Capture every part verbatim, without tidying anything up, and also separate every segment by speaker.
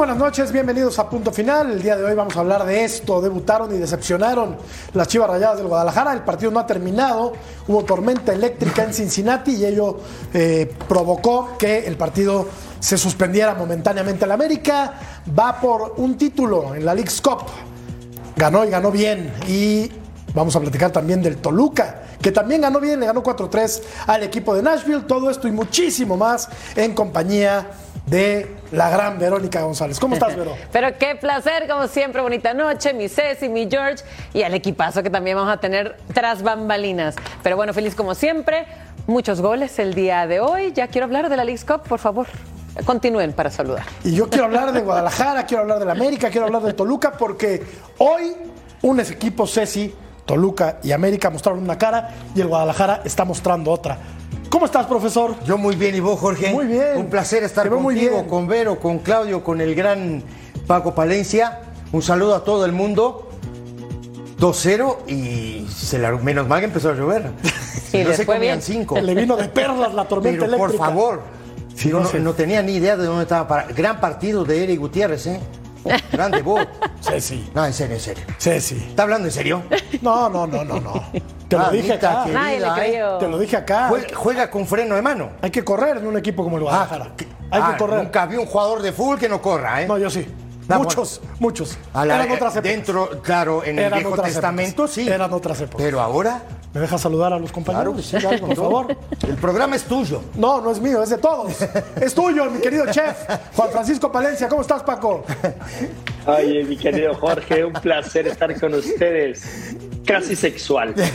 Speaker 1: buenas noches, bienvenidos a Punto Final. El día de hoy vamos a hablar de esto. Debutaron y decepcionaron las Chivas Rayadas del Guadalajara. El partido no ha terminado. Hubo tormenta eléctrica en Cincinnati y ello eh, provocó que el partido se suspendiera momentáneamente. El América va por un título en la Leagues Cup. Ganó y ganó bien. Y vamos a platicar también del Toluca, que también ganó bien, le ganó cuatro tres al equipo de Nashville. Todo esto y muchísimo más en compañía de la gran Verónica González. ¿Cómo estás, Vero?
Speaker 2: Pero qué placer, como siempre, bonita noche, mi Ceci, mi George y al equipazo que también vamos a tener tras bambalinas. Pero bueno, feliz como siempre, muchos goles el día de hoy. Ya quiero hablar de la Leagues Cup, por favor. Continúen para saludar.
Speaker 1: Y yo quiero hablar de Guadalajara, quiero hablar de la América, quiero hablar de Toluca, porque hoy un equipo, Ceci, Toluca y América mostraron una cara y el Guadalajara está mostrando otra. ¿Cómo estás, profesor?
Speaker 3: Yo muy bien, ¿y vos, Jorge?
Speaker 1: Muy bien.
Speaker 3: Un placer estar contigo, con Vero, con Claudio, con el gran Paco Palencia. Un saludo a todo el mundo. dos cero y se la, menos mal que empezó a llover.
Speaker 2: Y
Speaker 3: no se comían
Speaker 2: bien.
Speaker 3: cinco.
Speaker 1: Le vino de perlas la tormenta
Speaker 3: Pero,
Speaker 1: eléctrica.
Speaker 3: por favor,
Speaker 1: Sí,
Speaker 3: yo
Speaker 1: no
Speaker 3: no,
Speaker 1: sé.
Speaker 3: no tenía ni idea de dónde estaba. Para... Gran partido de Eric Gutiérrez, ¿eh? Gran debut.
Speaker 1: Ceci,
Speaker 3: No, en serio, en serio.
Speaker 1: Ceci.
Speaker 3: ¿Está hablando en serio?
Speaker 1: No, no, no, no, no. Te lo dije
Speaker 3: Mamita
Speaker 1: acá.
Speaker 3: querida,
Speaker 2: Nadie le
Speaker 3: ¿eh?
Speaker 2: creyó.
Speaker 1: Te lo dije acá.
Speaker 3: Juega, juega con freno de mano.
Speaker 1: Hay que correr en un equipo como el Guadalajara. Hay
Speaker 3: Ah,
Speaker 1: que correr.
Speaker 3: Nunca vi un jugador de fútbol que no corra, ¿eh?
Speaker 1: No, yo sí.
Speaker 3: Ah,
Speaker 1: muchos, muchos.
Speaker 3: A la-
Speaker 1: Eran otras épocas.
Speaker 3: Dentro, claro, en el
Speaker 1: Eran
Speaker 3: Viejo
Speaker 1: otras
Speaker 3: Testamento,
Speaker 1: épocas.
Speaker 3: sí.
Speaker 1: Eran otras épocas.
Speaker 3: Pero ahora,
Speaker 1: ¿Me dejas saludar a los compañeros?
Speaker 3: claro que sí, claro,
Speaker 1: por favor.
Speaker 3: el programa es tuyo.
Speaker 1: No, no es mío, es de todos. Es tuyo, mi querido chef. Juan Francisco Palencia, ¿cómo estás, Paco?
Speaker 4: Oye, mi querido Jorge, un placer estar con ustedes. Casi sexual.
Speaker 1: Nos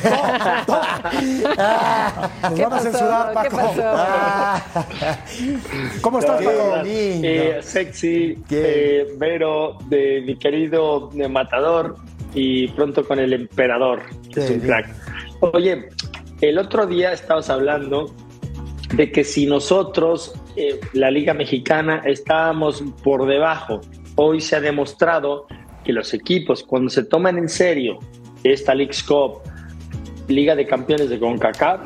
Speaker 2: ¿Qué
Speaker 1: van a
Speaker 2: pasó?
Speaker 1: censurar,
Speaker 2: ¿Qué
Speaker 1: Paco.
Speaker 2: pasó?
Speaker 1: ¿Cómo estás,
Speaker 3: Qué
Speaker 1: Paco?
Speaker 3: lindo.
Speaker 4: Eh, sexy,
Speaker 3: ¿Qué?
Speaker 4: eh, Vero, de mi querido eh, Matador y pronto con el Emperador, que es
Speaker 3: Qué
Speaker 4: un
Speaker 3: bien.
Speaker 4: crack. Oye, el otro día estabas hablando de que si nosotros, eh, la Liga Mexicana, estábamos por debajo. Hoy se ha demostrado que los equipos, cuando se toman en serio esta Leagues Cup, Liga de Campeones de CONCACAF,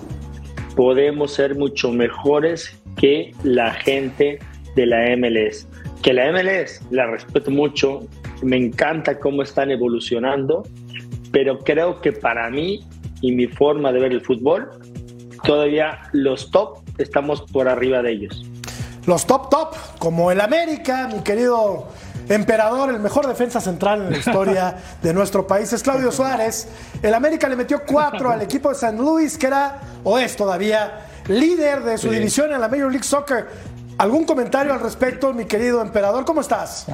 Speaker 4: podemos ser mucho mejores que la gente de la M L S. Que la M L S la respeto mucho, me encanta cómo están evolucionando, pero creo que para mí y mi forma de ver el fútbol, todavía los top estamos por arriba de ellos.
Speaker 1: Los top top, como el América, mi querido Emperador, el mejor defensa central en la historia de nuestro país es Claudio Suárez. El América le metió cuatro al equipo de San Luis, que era, o es todavía, líder de su
Speaker 4: Sí.
Speaker 1: división en la Major League Soccer. ¿Algún comentario al respecto, mi querido Emperador? ¿Cómo estás?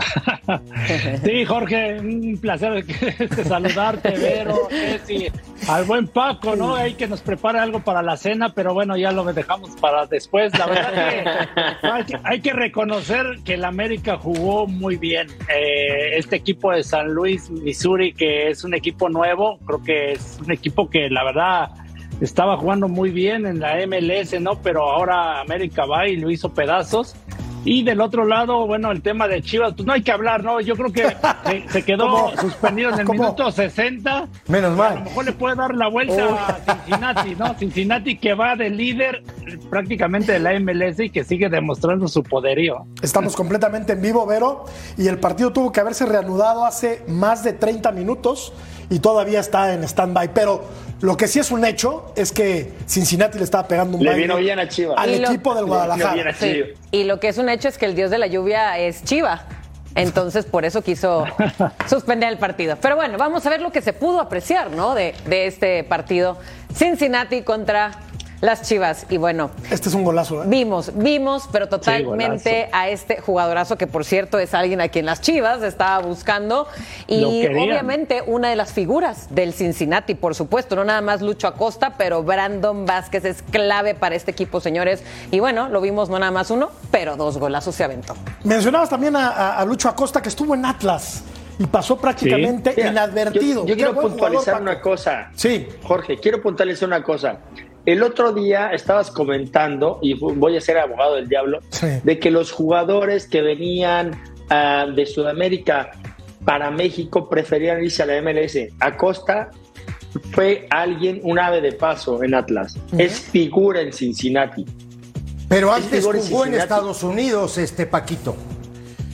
Speaker 5: Sí, Jorge, un placer saludarte, Vero, Ceci, al buen Paco, ¿no? Hay que nos prepare algo para la cena, pero bueno, ya lo dejamos para después. La verdad que hay que, hay que reconocer que el América jugó muy bien. Eh, este equipo de San Luis, Missouri, que es un equipo nuevo, creo que es un equipo que la verdad estaba jugando muy bien en la M L S, ¿no? Pero ahora América va y lo hizo pedazos. Y del otro lado, bueno, el tema de Chivas, pues no hay que hablar, ¿no? Yo creo que se, se quedó
Speaker 1: ¿Cómo?
Speaker 5: suspendido en el
Speaker 1: ¿Cómo?
Speaker 5: minuto sesenta.
Speaker 3: Menos
Speaker 5: A lo
Speaker 3: mal.
Speaker 5: mejor le puede dar la vuelta a Cincinnati, ¿no? Cincinnati que va de líder prácticamente de la M L S y que sigue demostrando su poderío.
Speaker 1: Estamos completamente en vivo, Vero, y el partido tuvo que haberse reanudado hace más de treinta minutos y todavía está en stand-by. Pero lo que sí es un hecho es que Cincinnati le estaba pegando un
Speaker 4: Le
Speaker 1: baile
Speaker 4: vino bien a Chivas.
Speaker 1: al
Speaker 2: Y lo-
Speaker 1: equipo del
Speaker 4: Le vino bien
Speaker 1: Guadalajara.
Speaker 4: a
Speaker 2: Sí.
Speaker 4: Chivas.
Speaker 2: Y lo que es un hecho es que el dios de la lluvia es Chiva. Entonces, por eso quiso suspender el partido. Pero bueno, vamos a ver lo que se pudo apreciar, ¿no? De, de este partido. Cincinnati contra las Chivas. Y bueno,
Speaker 1: Este es un golazo, ¿eh?
Speaker 2: vimos, vimos, pero totalmente
Speaker 5: golazo.
Speaker 2: a este jugadorazo que, por cierto, es alguien a quien las Chivas estaba buscando.
Speaker 5: Lo
Speaker 2: Y
Speaker 5: querían.
Speaker 2: obviamente una de las figuras del Cincinnati, por supuesto. No nada más Lucho Acosta, pero Brandon Vázquez es clave para este equipo, señores. Y bueno, lo vimos no nada más uno, pero dos golazos se aventó.
Speaker 1: Mencionabas también a, a- a Lucho Acosta, que estuvo en Atlas y pasó prácticamente
Speaker 4: Mira,
Speaker 1: inadvertido.
Speaker 4: Yo, yo
Speaker 1: Qué
Speaker 4: quiero
Speaker 1: buen
Speaker 4: puntualizar
Speaker 1: jugador,
Speaker 4: una
Speaker 1: Paco.
Speaker 4: cosa.
Speaker 1: Sí.
Speaker 4: Jorge, quiero puntualizar una cosa. El otro día estabas comentando, y voy a ser abogado del diablo,
Speaker 1: Sí.
Speaker 4: de que los jugadores que venían uh, de Sudamérica para México preferían irse a la M L S. Acosta fue alguien, un ave de paso en Atlas. Uh-huh. Es figura en Cincinnati.
Speaker 3: Pero antes
Speaker 4: figura
Speaker 3: jugó en
Speaker 4: Cincinnati.
Speaker 3: Estados Unidos, este Paquito.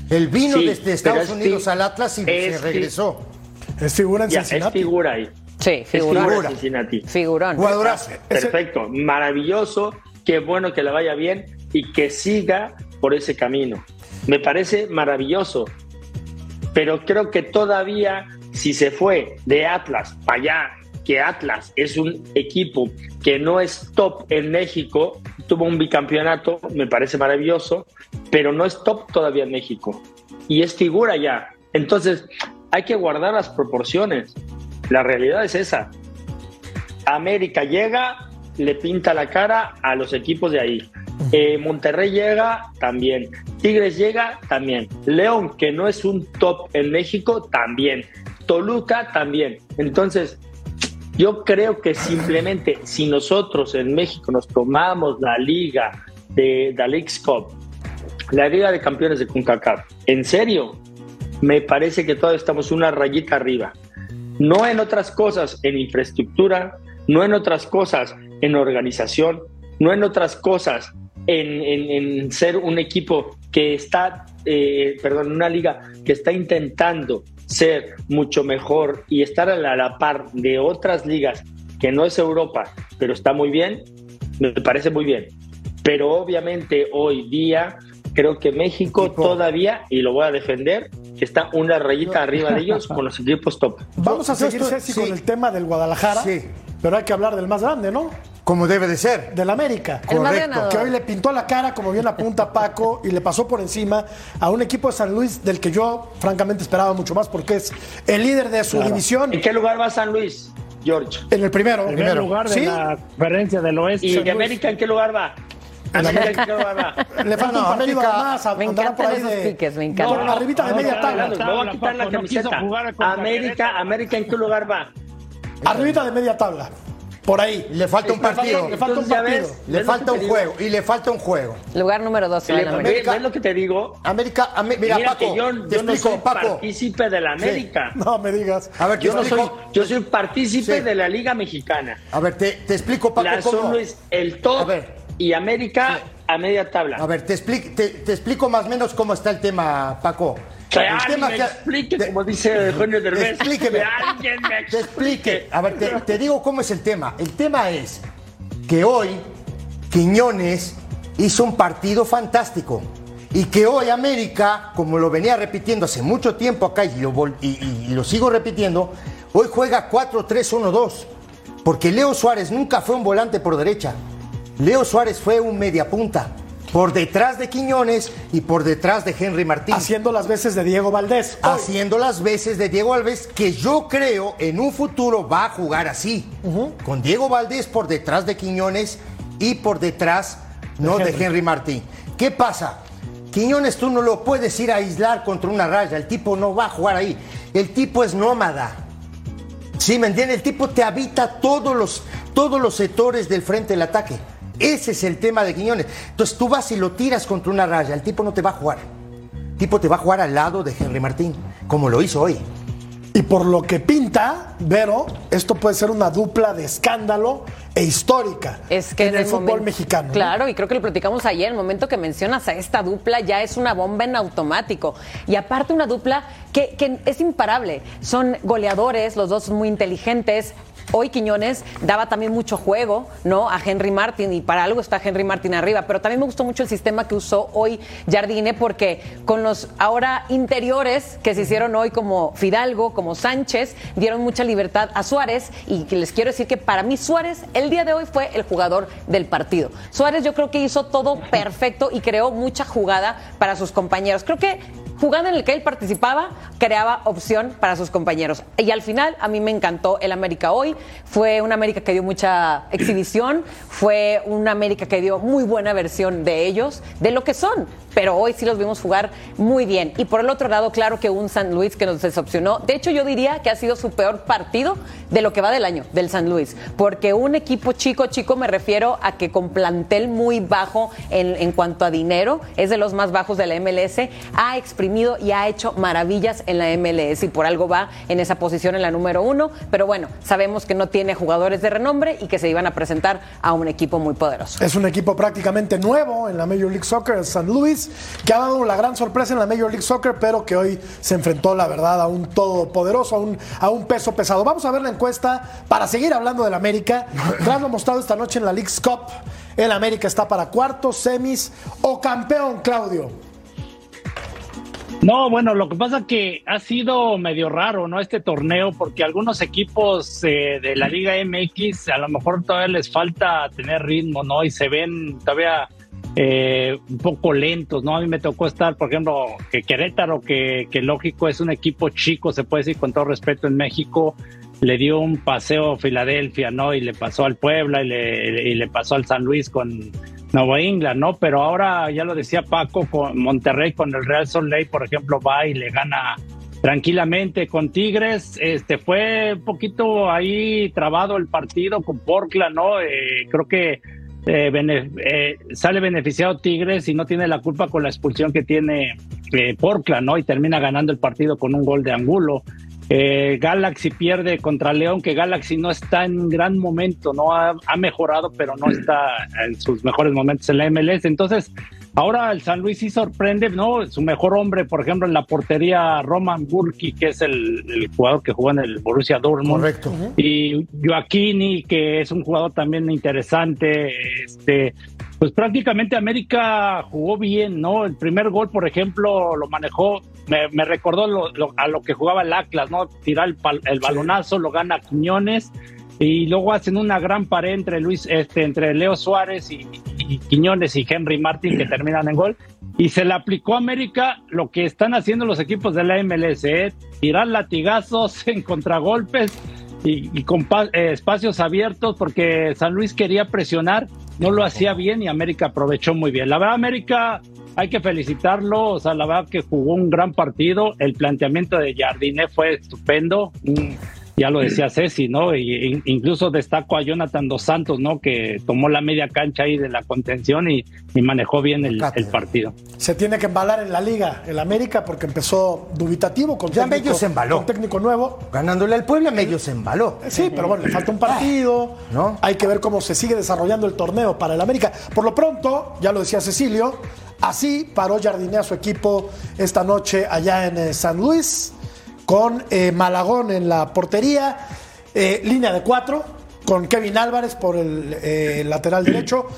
Speaker 3: Él vino
Speaker 4: Sí,
Speaker 3: desde Estados
Speaker 4: pero es
Speaker 3: Unidos
Speaker 4: fi-
Speaker 3: al Atlas y
Speaker 4: es
Speaker 3: se regresó.
Speaker 1: Es figura en
Speaker 4: Ya, es
Speaker 1: Cincinnati.
Speaker 4: figura ahí.
Speaker 2: Sí,
Speaker 4: Es
Speaker 2: figurón.
Speaker 4: figura en Cincinnati.
Speaker 2: Figurón.
Speaker 3: Jugadorazo.
Speaker 4: Perfecto, maravilloso, qué bueno que le vaya bien y que siga por ese camino. Me parece maravilloso, pero creo que todavía si se fue de Atlas para allá, que Atlas es un equipo que no es top en México, tuvo un bicampeonato, me parece maravilloso, pero no es top todavía en México y es figura ya. Entonces hay que guardar las proporciones. La realidad es esa. América llega, le pinta la cara a los equipos de ahí. Eh, Monterrey llega, también. Tigres llega, también. León, que no es un top en México, también. Toluca, también. Entonces, yo creo que simplemente si nosotros en México nos tomamos la liga de la Leagues Cup, la Liga de Campeones de CONCACAF, en serio, me parece que todavía estamos una rayita arriba. No en otras cosas, en infraestructura, no en otras cosas, en organización, no en otras cosas, en, en, en ser un equipo que está, eh, perdón, una liga que está intentando ser mucho mejor y estar a la, a la par de otras ligas que no es Europa, pero está muy bien, me parece muy bien. Pero obviamente hoy día creo que México
Speaker 3: Tipo.
Speaker 4: todavía, y lo voy a defender, está una rayita arriba de ellos con los equipos top.
Speaker 1: Vamos a
Speaker 3: Yo
Speaker 1: seguir,
Speaker 3: estoy-
Speaker 1: Ceci,
Speaker 3: sí.
Speaker 1: con el tema del Guadalajara,
Speaker 3: Sí.
Speaker 1: pero hay que hablar del más grande, ¿no?
Speaker 3: Como debe de ser.
Speaker 1: Del América.
Speaker 2: El más
Speaker 3: Correcto.
Speaker 2: ganador.
Speaker 1: Que hoy le pintó la cara, como bien apunta Paco, y le pasó por encima a un equipo de San Luis del que yo, francamente, esperaba mucho más, porque es el líder de su división
Speaker 4: ¿En qué lugar va San Luis, George?
Speaker 1: en el primero.
Speaker 5: En primer lugar de
Speaker 1: Sí,
Speaker 5: la conferencia del oeste.
Speaker 4: ¿Y
Speaker 1: San
Speaker 4: de
Speaker 1: Luis.
Speaker 4: América en qué lugar va? ¿América en qué lugar va?
Speaker 1: le falta
Speaker 3: No,
Speaker 1: un partido
Speaker 3: América-
Speaker 1: además. a-
Speaker 2: Me
Speaker 1: andará
Speaker 2: encantan
Speaker 1: por ahí
Speaker 2: esos
Speaker 1: de-
Speaker 2: piques, me encantan.
Speaker 1: No, no, arribita de
Speaker 5: No,
Speaker 1: media
Speaker 5: no,
Speaker 1: tabla.
Speaker 5: no,
Speaker 4: Me voy a quitar la
Speaker 5: Paco, no quiso
Speaker 4: camiseta.
Speaker 5: jugar contra
Speaker 4: América,
Speaker 5: Querétaro.
Speaker 4: América, ¿en qué lugar va?
Speaker 1: Arribita de media tabla. Por ahí.
Speaker 3: Le falta un
Speaker 1: Le falta-
Speaker 3: partido.
Speaker 1: le falta un
Speaker 4: Entonces, ya
Speaker 1: partido.
Speaker 4: ves,
Speaker 3: Le
Speaker 4: ¿ves lo
Speaker 3: falta
Speaker 4: que
Speaker 3: un
Speaker 4: te digo?
Speaker 3: juego. Y le falta un juego.
Speaker 2: Lugar número dos para el
Speaker 4: Le-
Speaker 2: América.
Speaker 4: ¿Ves lo que te digo?
Speaker 3: América, Amé- mira,
Speaker 4: Mira
Speaker 3: Paco,
Speaker 4: que yo,
Speaker 3: te
Speaker 4: yo no
Speaker 3: explico,
Speaker 4: soy
Speaker 3: Paco.
Speaker 4: partícipe de la América.
Speaker 1: No me digas.
Speaker 3: A ver, te
Speaker 4: Yo no soy,
Speaker 3: explico.
Speaker 4: yo soy partícipe
Speaker 3: Sí.
Speaker 4: de la Liga Mexicana.
Speaker 3: A ver, te, te explico, Paco,
Speaker 4: La
Speaker 3: cómo.
Speaker 4: San Luis, el
Speaker 3: A
Speaker 4: top
Speaker 3: ver.
Speaker 4: y América a media tabla.
Speaker 3: A ver, te, expli- te, te explico más o menos cómo está el tema, Paco.
Speaker 4: Que
Speaker 3: el
Speaker 4: alguien me
Speaker 3: que-
Speaker 4: explique,
Speaker 3: te-
Speaker 4: como dice Eugenio Derbez.
Speaker 3: Explíqueme.
Speaker 4: Que alguien me
Speaker 3: Te explique. A ver, te, te digo cómo es el tema. El tema es que hoy Quiñones hizo un partido fantástico. Y que hoy América, como lo venía repitiendo hace mucho tiempo acá y lo, vol- y, y- y lo sigo repitiendo, hoy juega cuatro tres uno dos. Porque Leo Suárez nunca fue un volante por derecha. Leo Suárez fue un mediapunta. Por detrás de Quiñones y por detrás de Henry Martín.
Speaker 1: Haciendo las veces de Diego Valdés. Hoy.
Speaker 3: Haciendo las veces de Diego Alves, que yo creo en un futuro va a jugar así. Con Diego Valdés por detrás de Quiñones y por detrás no de
Speaker 1: Henry.
Speaker 3: Henry Martín. ¿Qué pasa? Quiñones tú no lo puedes ir a aislar contra una raya. El tipo no va a jugar ahí. El tipo es nómada. ¿Sí me entiende? El tipo te habita todos los, todos los sectores del frente del ataque. Ese es el tema de Quiñones. Entonces tú vas y lo tiras contra una raya. El tipo no te va a jugar. El tipo te va a jugar al lado de Henry Martín, como lo hizo hoy.
Speaker 1: Y por lo que pinta, Vero, esto puede ser una dupla de escándalo e histórica
Speaker 2: Es que
Speaker 1: en el, fútbol
Speaker 2: momento-
Speaker 1: mexicano. ¿no?
Speaker 2: Claro, y creo que lo platicamos ayer. El momento que mencionas a esta dupla ya es una bomba en automático. Y aparte, una dupla que, que es imparable. Son goleadores, los dos son muy inteligentes. Hoy Quiñones daba también mucho juego, ¿no? A Henry Martin, y para algo está Henry Martin arriba. Pero también me gustó mucho el sistema que usó hoy Jardine, porque con los ahora interiores que se hicieron hoy, como Fidalgo, como Sánchez, dieron mucha libertad a Suárez. Y que les quiero decir que para mí Suárez, el día de hoy, fue el jugador del partido. Suárez yo creo que hizo todo perfecto y creó mucha jugada para sus compañeros. Creo que jugando en el que él participaba, creaba opción para sus compañeros. Y al final, a mí me encantó el América hoy. Fue una América que dio mucha exhibición, fue una América que dio muy buena versión de ellos, de lo que son. Pero hoy sí los vimos jugar muy bien. Y por el otro lado, claro que un San Luis que nos decepcionó. De hecho, yo diría que ha sido su peor partido de lo que va del año, del San Luis. Porque un equipo chico, chico, me refiero a que con plantel muy bajo en, en cuanto a dinero, es de los más bajos de la M L S, ha exprimido exprimido y ha hecho maravillas en la M L S y por algo va en esa posición en la número uno, pero bueno, sabemos que no tiene jugadores de renombre y que se iban a presentar a un equipo muy poderoso.
Speaker 1: Es un equipo prácticamente nuevo en la Major League Soccer, el San Luis, que ha dado la gran sorpresa en la Major League Soccer, pero que hoy se enfrentó, la verdad, a un todopoderoso, a un, a un peso pesado. Vamos a ver la encuesta para seguir hablando del América. Tras lo mostrado esta noche en la Leagues Cup, el América está para cuartos, semis o campeón, Claudio.
Speaker 5: No, bueno, lo que pasa que ha sido medio raro, ¿no? Este torneo, porque algunos equipos eh, de la Liga M X a lo mejor todavía les falta tener ritmo, ¿no? Y se ven todavía eh, un poco lentos, ¿no? A mí me tocó estar, por ejemplo, que Querétaro, que, que lógico es un equipo chico, se puede decir con todo respeto, en México, le dio un paseo a Filadelfia, ¿no? Y le pasó al Puebla y le, y le pasó al San Luis con Nueva England, ¿no? Pero ahora, ya lo decía Paco, con Monterrey, con el Real Salt Lake, por ejemplo, va y le gana tranquilamente. Con Tigres, este fue un poquito ahí trabado el partido con Portland, ¿no? Eh, creo que eh, bene, eh, sale beneficiado Tigres y no tiene la culpa con la expulsión que tiene eh, Portland, ¿no? Y termina ganando el partido con un gol de Angulo. Eh, Galaxy pierde contra León, que Galaxy no está en gran momento, no ha, ha mejorado, pero no está en sus mejores momentos en la M L S. Entonces, ahora el San Luis sí sorprende, ¿no? Su mejor hombre, por ejemplo, en la portería, Roman Burki, que es el, el jugador que jugó en el Borussia Dortmund.
Speaker 3: Correcto.
Speaker 5: Y Joaquini, que es un jugador también interesante. Este, pues prácticamente América jugó bien, ¿no? El primer gol, por ejemplo, lo manejó. Me, me recordó lo, lo, a lo que jugaba el Atlas, ¿no? Tirar el, pal, el balonazo, lo gana Quiñones y luego hacen una gran pared entre Luis, este, entre Leo Suárez y, y Quiñones y Henry Martin, que terminan en gol. Y se le aplicó a América lo que están haciendo los equipos de la M L S, ¿eh? Tirar latigazos en contragolpes y, y con pa, eh, espacios abiertos, porque San Luis quería presionar, no lo hacía bien y América aprovechó muy bien. La verdad, América, hay que felicitarlo, o sea, la verdad que jugó un gran partido, el planteamiento de Jardiné fue estupendo, ya lo decía Ceci, ¿no? Y, incluso destaco a Jonathan Dos Santos, ¿no? Que tomó la media cancha ahí de la contención y, y manejó bien el, el partido.
Speaker 1: Se tiene que embalar en la liga, el América, porque empezó dubitativo con,
Speaker 3: ya
Speaker 1: técnico,
Speaker 3: medio se embaló.
Speaker 1: Con técnico nuevo.
Speaker 3: Ganándole al Puebla, medio se embaló.
Speaker 1: Sí, pero bueno, le falta un partido, ¿no? Hay que ver cómo se sigue desarrollando el torneo para el América. Por lo pronto, ya lo decía Cecilio, así paró Jardiné a su equipo esta noche allá en eh, San Luis, con eh, Malagón en la portería, eh, línea de cuatro, con Kevin Álvarez por el eh, lateral derecho.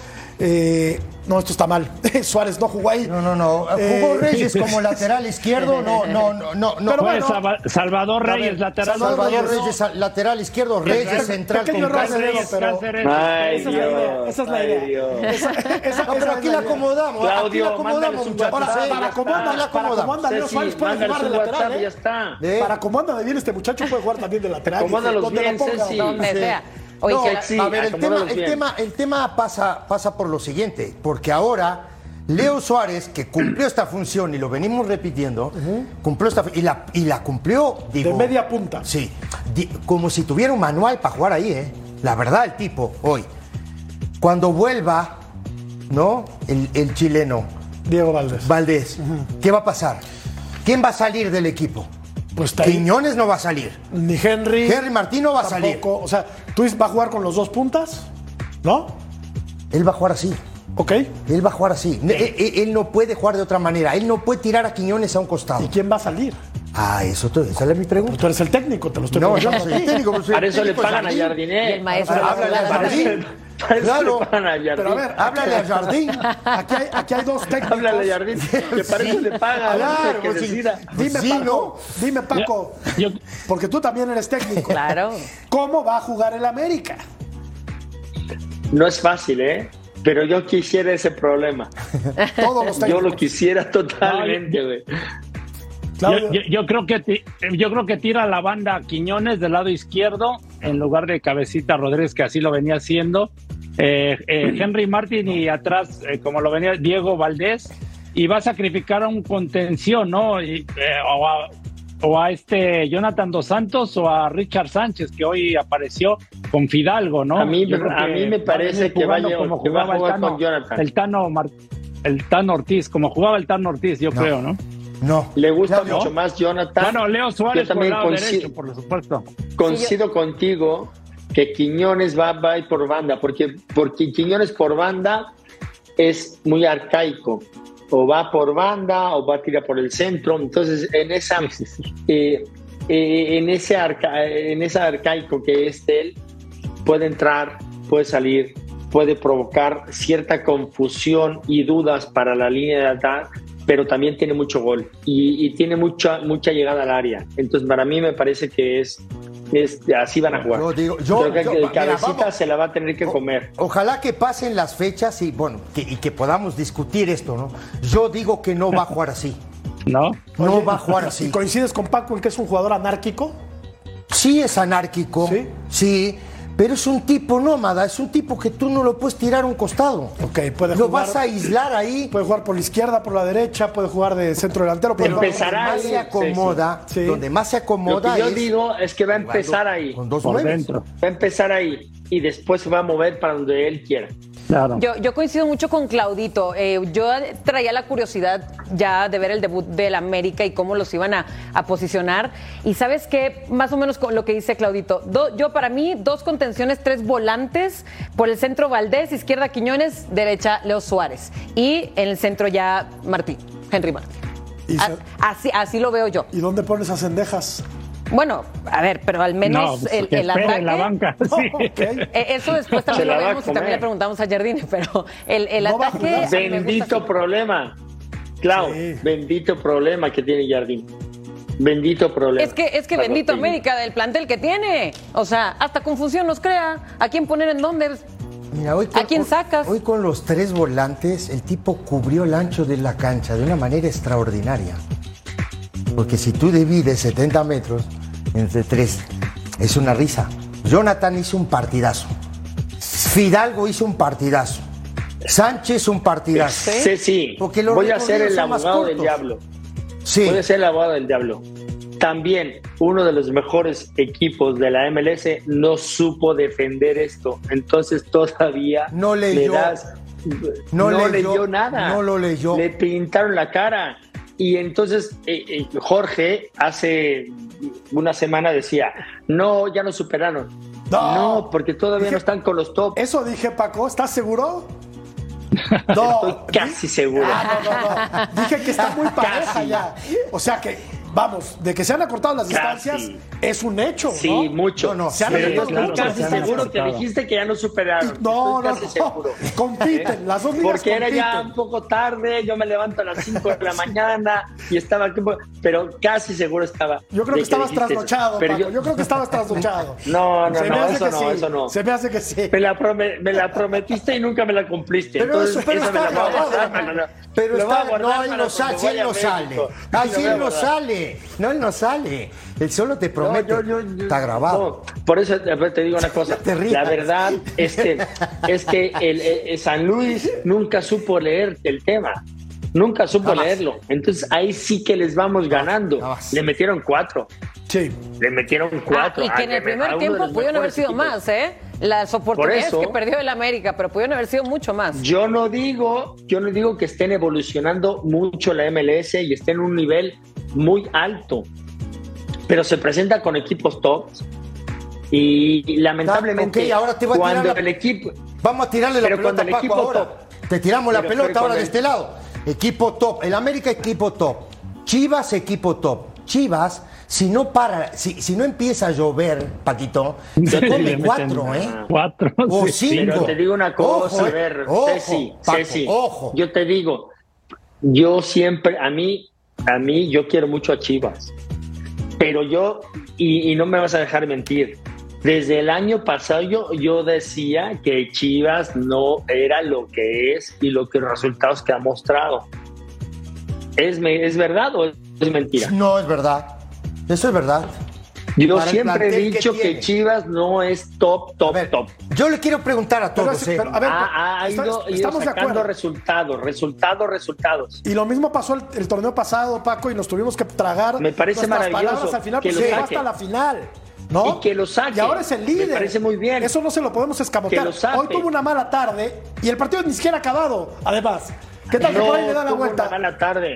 Speaker 1: Eh, no, esto está mal. Suárez no jugó ahí.
Speaker 3: No, no, no. Jugó
Speaker 1: eh,
Speaker 3: Reyes como lateral izquierdo. No, no, no, no. no.
Speaker 1: Pero bueno,
Speaker 5: Salvador Reyes, lateral.
Speaker 3: Salvador
Speaker 1: Reyes,
Speaker 3: Reyes, no. lateral izquierdo. Reyes, central.
Speaker 1: Pequeño
Speaker 3: con
Speaker 1: Reyes, pero
Speaker 4: Ay,
Speaker 1: esa es la idea. Esa es la idea. Esa, esa,
Speaker 3: no, pero aquí la acomodamos.
Speaker 4: Claudio,
Speaker 3: aquí la acomodamos, muchachos.
Speaker 1: Ahora, para cómo anda, para cómo anda Leo Suárez puede jugar de lateral, ¿eh?
Speaker 4: Ya está.
Speaker 3: ¿Eh?
Speaker 1: Para cómo anda de bien este muchacho puede jugar también de lateral.
Speaker 4: Acomódalos bien, Ceci.
Speaker 2: Donde sea. Oye,
Speaker 3: no,
Speaker 2: que...
Speaker 4: sí,
Speaker 3: a ver, el tema, el,
Speaker 4: bien.
Speaker 3: tema, el tema pasa, pasa por lo siguiente, porque ahora Leo Suárez, que cumplió esta función y lo venimos repitiendo, uh-huh. cumplió esta y la, y la cumplió, digo,
Speaker 1: de media punta.
Speaker 3: Sí, di, como si tuviera un manual para jugar ahí, ¿eh? La verdad, el tipo, hoy, cuando vuelva, ¿no? El, el chileno.
Speaker 1: Diego Valdés.
Speaker 3: Valdés, uh-huh. ¿Qué va a pasar? ¿Quién va a salir del equipo?
Speaker 1: Pues
Speaker 3: Quiñones no va a salir.
Speaker 1: Ni Henry.
Speaker 3: Henry Martín no va
Speaker 1: tampoco.
Speaker 3: a salir.
Speaker 1: O sea, ¿tú vas a jugar con los dos puntas? ¿No?
Speaker 3: Él va a jugar así.
Speaker 1: Ok.
Speaker 3: Él va a jugar así. Él, él, él no puede jugar de otra manera. Él no puede tirar a Quiñones a un costado.
Speaker 1: ¿Y quién va a salir?
Speaker 3: Ah, eso te, esa es mi pregunta.
Speaker 1: Pues tú eres el técnico, te lo estoy
Speaker 3: No,
Speaker 1: preguntando.
Speaker 3: yo no soy el técnico. Soy
Speaker 4: Para
Speaker 3: el
Speaker 4: eso le
Speaker 3: técnico
Speaker 4: pagan a
Speaker 3: Jardín.
Speaker 4: Jardiné.
Speaker 2: Y el maestro
Speaker 3: Ah, háblale a Jardín. Claro.
Speaker 1: Pero a ver,
Speaker 3: Háblale a Jardín.
Speaker 1: Aquí hay, aquí hay dos técnicos.
Speaker 4: Háblale a Jardín, que para eso le pagan.
Speaker 3: Claro,
Speaker 4: que
Speaker 3: pues sí.
Speaker 4: decida.
Speaker 1: Dime,
Speaker 3: Sí,
Speaker 1: Paco,
Speaker 3: ¿no?
Speaker 1: dime, Paco,
Speaker 5: Yo-
Speaker 1: porque tú también eres técnico.
Speaker 2: Claro.
Speaker 1: ¿Cómo va a jugar el América?
Speaker 4: No es fácil, ¿eh? Pero yo quisiera ese problema.
Speaker 1: Todos los
Speaker 4: Yo
Speaker 1: técnicos.
Speaker 4: lo quisiera totalmente, güey.
Speaker 1: Claudio.
Speaker 5: Yo, yo, yo creo que ti- yo creo que tira la banda a Quiñones del lado izquierdo en lugar de Cabecita Rodríguez, que así lo venía haciendo. Eh, eh, Henry Martin y atrás, eh, como lo venía Diego Valdés, y va a sacrificar a un contención, ¿no? Y, eh, o, a, o a este Jonathan Dos Santos o a Richard Sánchez, que hoy apareció con Fidalgo, ¿no?
Speaker 4: A mí,
Speaker 5: Yo creo
Speaker 4: a
Speaker 5: que
Speaker 4: mí me
Speaker 5: va a
Speaker 4: parece
Speaker 5: venir
Speaker 4: que va a
Speaker 5: jugando
Speaker 4: llevar-
Speaker 5: como
Speaker 4: que va a
Speaker 5: jugaba el
Speaker 4: jugar
Speaker 5: Tano-
Speaker 4: con Jonathan.
Speaker 5: El Tano, Mar- el Tano Ortiz, como jugaba el Tano Ortiz, yo
Speaker 3: No.
Speaker 5: creo, ¿no?
Speaker 3: No.
Speaker 4: Le gusta
Speaker 3: ¿No?
Speaker 4: mucho más Jonathan.
Speaker 5: Bueno, Leo Suárez
Speaker 4: Yo también
Speaker 5: por el lado
Speaker 4: coincido,
Speaker 5: derecho, por supuesto.
Speaker 4: coincido
Speaker 2: Sí, yo-
Speaker 4: contigo que Quiñones va, va a ir por banda, porque, porque Quiñones por banda es muy arcaico. O va por banda o va a tirar por el centro. Entonces, en esa,
Speaker 5: Sí, sí, sí.
Speaker 4: eh, eh, en ese arca, en ese arcaico que es él, puede entrar, puede salir, puede provocar cierta confusión y dudas para la línea de ataque, pero también tiene mucho gol y, y tiene mucha mucha llegada al área. Entonces, para mí me parece que es, es así van a jugar.
Speaker 3: Yo digo, yo-
Speaker 4: Creo que
Speaker 3: yo-
Speaker 4: el
Speaker 3: mira,
Speaker 4: Cabecita
Speaker 3: vamos.
Speaker 4: se la va a tener que
Speaker 3: O-
Speaker 4: comer.
Speaker 3: Ojalá que pasen las fechas y bueno, que, y que podamos discutir esto, ¿no? Yo digo que no va a jugar así.
Speaker 5: ¿No?
Speaker 3: No
Speaker 1: Oye,
Speaker 3: va a jugar
Speaker 1: ¿y
Speaker 3: así.
Speaker 1: coincides con Paco en que es un jugador anárquico?
Speaker 3: Sí es anárquico,
Speaker 1: ¿Sí?
Speaker 3: sí, pero es un tipo nómada, es un tipo que tú no lo puedes tirar a un costado.
Speaker 1: Ok, puede
Speaker 3: Lo
Speaker 1: jugar.
Speaker 3: vas a aislar ahí.
Speaker 1: Puede jugar por la izquierda, por la derecha, puede jugar de centro delantero. Puede
Speaker 3: Pero
Speaker 1: jugar-
Speaker 3: donde
Speaker 4: Empezará
Speaker 3: más
Speaker 4: ahí,
Speaker 3: se acomoda,
Speaker 1: sí, sí.
Speaker 3: donde más se
Speaker 4: Lo
Speaker 3: acomoda
Speaker 4: que yo
Speaker 3: es
Speaker 4: digo es que va a
Speaker 3: jugando
Speaker 4: empezar ahí.
Speaker 3: con dos
Speaker 5: Por
Speaker 3: nueves.
Speaker 5: dentro.
Speaker 4: Va a empezar ahí y después se va a mover para donde él quiera.
Speaker 5: Claro.
Speaker 2: Yo, yo coincido mucho con Claudito. Eh, yo traía la curiosidad ya de ver el debut del América y cómo los iban a, a posicionar. Y sabes qué, más o menos con lo que dice Claudito. Do- yo para mí, dos contenciones, tres volantes. Por el centro Valdés, izquierda Quiñones, derecha Leo Suárez. Y en el centro ya Martín, Henry Martín.
Speaker 1: Y,
Speaker 2: A-
Speaker 1: se-
Speaker 2: así, así lo veo yo.
Speaker 1: ¿Y dónde pones a Cendejas?
Speaker 2: Bueno, a ver, pero al menos
Speaker 5: no, pues,
Speaker 2: el,
Speaker 5: que
Speaker 2: el
Speaker 5: espere
Speaker 2: ataque.
Speaker 5: en la banca. Sí.
Speaker 1: Ok.
Speaker 2: Eh, Eso después también
Speaker 4: Se
Speaker 2: lo
Speaker 4: la va a
Speaker 2: vemos y también
Speaker 4: comer.
Speaker 2: le preguntamos a Jardine, pero el, el
Speaker 1: No va a
Speaker 2: ataque.
Speaker 1: jugar.
Speaker 2: a mí me gusta
Speaker 4: Bendito
Speaker 2: así.
Speaker 4: problema. Clau,
Speaker 1: Sí.
Speaker 4: bendito problema que tiene Jardín. Bendito problema.
Speaker 2: Es que, es que
Speaker 4: Para
Speaker 2: bendito
Speaker 4: los técnicos.
Speaker 2: América del plantel que tiene. O sea, hasta confusión nos crea. ¿A quién poner en dónde?
Speaker 3: Mira, hoy
Speaker 2: ¿A quién sacas?
Speaker 3: Hoy con los tres volantes, el tipo cubrió el ancho de la cancha de una manera extraordinaria. Porque si tú divides setenta metros entre tres, es una risa. Jonathan hizo un partidazo. Fidalgo hizo un partidazo. Sánchez un partidazo.
Speaker 4: Sí, sí.
Speaker 3: Porque los
Speaker 4: Voy a ser
Speaker 3: recorridos
Speaker 4: el
Speaker 3: son más
Speaker 4: abogado del
Speaker 3: cortos.
Speaker 4: diablo.
Speaker 3: Sí.
Speaker 4: Voy a ser el abogado del diablo. También uno de los mejores equipos de la M L S no supo defender esto. Entonces todavía
Speaker 3: No
Speaker 4: le
Speaker 3: leyó.
Speaker 4: das.
Speaker 3: No
Speaker 4: No,
Speaker 3: leyó,
Speaker 4: leyó nada.
Speaker 3: no lo leyó.
Speaker 4: Le pintaron la cara. Y entonces eh, eh, Jorge hace una semana decía, no, ya nos superaron.
Speaker 1: No.
Speaker 4: No, porque todavía
Speaker 1: Dije-
Speaker 4: no están con los top.
Speaker 1: Eso dije, Paco. ¿Estás seguro? No.
Speaker 4: Estoy casi seguro.
Speaker 1: Ah, no, no, no. Dije que está muy pareja
Speaker 4: Casi.
Speaker 1: ya. O sea que, vamos, de que se han acortado las
Speaker 4: Casi.
Speaker 1: distancias, es un hecho,
Speaker 4: Sí,
Speaker 1: ¿no?
Speaker 4: mucho.
Speaker 3: No, no,
Speaker 1: se han
Speaker 4: Pero
Speaker 1: acortado
Speaker 4: yo
Speaker 5: claro,
Speaker 4: estoy
Speaker 1: mucho
Speaker 4: casi
Speaker 1: las
Speaker 5: se han
Speaker 4: seguro que
Speaker 5: acortado.
Speaker 4: dijiste que ya no superaron.
Speaker 1: No,
Speaker 4: Estoy
Speaker 1: no,
Speaker 4: casi
Speaker 1: no.
Speaker 4: seguro.
Speaker 1: Compiten, las dos ligas
Speaker 4: Porque era ya
Speaker 1: compiten.
Speaker 4: un poco tarde, yo me levanto a las cinco de la mañana y estaba aquí, pero casi seguro estaba.
Speaker 1: Yo creo
Speaker 4: de
Speaker 1: que estabas
Speaker 4: dijiste eso.
Speaker 1: trasnochado,
Speaker 4: Pero
Speaker 1: Paco.
Speaker 4: yo-
Speaker 1: Yo... creo que estabas trasnochado.
Speaker 4: No, no,
Speaker 1: Se me
Speaker 4: no,
Speaker 1: hace
Speaker 4: eso
Speaker 1: que
Speaker 4: no,
Speaker 1: sí.
Speaker 4: eso no.
Speaker 1: Se me hace que sí.
Speaker 4: Me la, prome- me la prometiste y nunca me la cumpliste.
Speaker 3: Pero
Speaker 4: Entonces,
Speaker 3: eso, pero
Speaker 4: esa me
Speaker 3: está
Speaker 4: la voy a
Speaker 3: grabado.
Speaker 4: guardar, no, no, no.
Speaker 3: Pero
Speaker 4: Lo voy a
Speaker 3: está,
Speaker 4: guardar
Speaker 3: no, él
Speaker 4: para
Speaker 3: no sale,
Speaker 4: cuando
Speaker 3: si él
Speaker 4: vaya
Speaker 3: no
Speaker 4: a
Speaker 3: sale.
Speaker 4: México.
Speaker 3: Ay,
Speaker 4: Lo
Speaker 3: si
Speaker 4: voy a
Speaker 3: él no
Speaker 4: guardar.
Speaker 3: sale. No, él no sale. Él solo te promete.
Speaker 4: No, yo- yo-
Speaker 3: Está grabado.
Speaker 4: no, por eso te te digo una cosa.
Speaker 3: Te rías.
Speaker 4: La verdad es que, es que el, el San Luis nunca supo leer el tema. Nunca supo
Speaker 3: Jamás.
Speaker 4: leerlo. Entonces ahí sí que les vamos ganando.
Speaker 3: jamás.
Speaker 4: Le metieron cuatro.
Speaker 1: Sí.
Speaker 4: Le metieron
Speaker 2: Ah,
Speaker 4: cuatro.
Speaker 2: y que en
Speaker 4: a-
Speaker 2: el
Speaker 4: a
Speaker 2: primer
Speaker 4: uno de
Speaker 2: tiempo
Speaker 4: los
Speaker 2: pudieron haber
Speaker 4: mejores
Speaker 2: sido
Speaker 4: equipos.
Speaker 2: más, ¿eh? Las oportunidades
Speaker 4: eso-
Speaker 2: que perdió el América, pero pudieron haber sido mucho más.
Speaker 4: Yo no digo, yo no digo que estén evolucionando mucho la M L S y estén en un nivel muy alto, pero se presenta con equipos tops y, y lamentablemente
Speaker 3: ok, ahora te voy a tirar
Speaker 4: cuando
Speaker 3: la-
Speaker 4: el equipo
Speaker 3: Vamos a tirarle la
Speaker 4: Pero
Speaker 3: pelota
Speaker 4: cuando
Speaker 3: a
Speaker 4: el
Speaker 3: Paco
Speaker 4: equipo
Speaker 3: ahora.
Speaker 4: top.
Speaker 3: Te tiramos la
Speaker 4: Pero-
Speaker 3: pelota
Speaker 4: pero
Speaker 3: ahora
Speaker 4: cuando
Speaker 3: de
Speaker 4: el-
Speaker 3: este lado. Equipo top. El América, equipo top. Chivas, equipo top. Chivas, si no para, si, si no empieza a llover, Paquito, se
Speaker 5: Le
Speaker 3: come
Speaker 5: meten
Speaker 3: cuatro, ¿eh?
Speaker 5: Cuatro.
Speaker 3: O
Speaker 5: sí.
Speaker 3: cinco.
Speaker 4: Pero te digo una cosa,
Speaker 3: Ojo,
Speaker 4: a
Speaker 3: eh.
Speaker 4: ver,
Speaker 3: Ojo,
Speaker 4: Ceci,
Speaker 3: Paco,
Speaker 4: Ceci,
Speaker 3: ojo.
Speaker 4: yo te digo, yo siempre, a mí, a mí, yo quiero mucho a Chivas, pero yo, y, y no me vas a dejar mentir, desde el año pasado yo, yo decía que Chivas no era lo que es y lo que los resultados que ha mostrado. ¿Es, me- ¿Es verdad o es mentira?
Speaker 3: No, es verdad. Eso es verdad.
Speaker 4: Yo
Speaker 3: Para el
Speaker 4: siempre he
Speaker 3: plantel que
Speaker 4: dicho que,
Speaker 3: tiene.
Speaker 4: Chivas no es top,
Speaker 3: A
Speaker 4: top,
Speaker 3: ver,
Speaker 4: top.
Speaker 3: yo le quiero preguntar a
Speaker 1: Pero
Speaker 3: todos,
Speaker 1: es-
Speaker 3: ¿eh?
Speaker 1: pero, a ver,
Speaker 4: Ha, ha
Speaker 1: está-
Speaker 4: ido, ido
Speaker 1: estamos de
Speaker 4: sacando
Speaker 1: acuerdo.
Speaker 4: resultados, resultados, resultados.
Speaker 1: Y lo mismo pasó el, el torneo pasado, Paco, y nos tuvimos que tragar
Speaker 4: Me parece
Speaker 1: nuestras
Speaker 4: maravilloso
Speaker 1: palabras al final,
Speaker 4: que
Speaker 1: porque
Speaker 4: lo
Speaker 1: llegó
Speaker 4: saque.
Speaker 1: hasta la final. ¿No?
Speaker 4: Y que lo saque.
Speaker 1: Y ahora es el
Speaker 4: Me
Speaker 1: líder.
Speaker 4: parece muy bien.
Speaker 1: Eso no se lo podemos escamotear.
Speaker 4: Que lo saque.
Speaker 1: Hoy tuvo una mala tarde y el partido ni siquiera ha acabado, además. ¿Qué tal que
Speaker 4: No
Speaker 1: por ahí le da la
Speaker 4: tuvo
Speaker 1: vuelta?
Speaker 4: una mala tarde.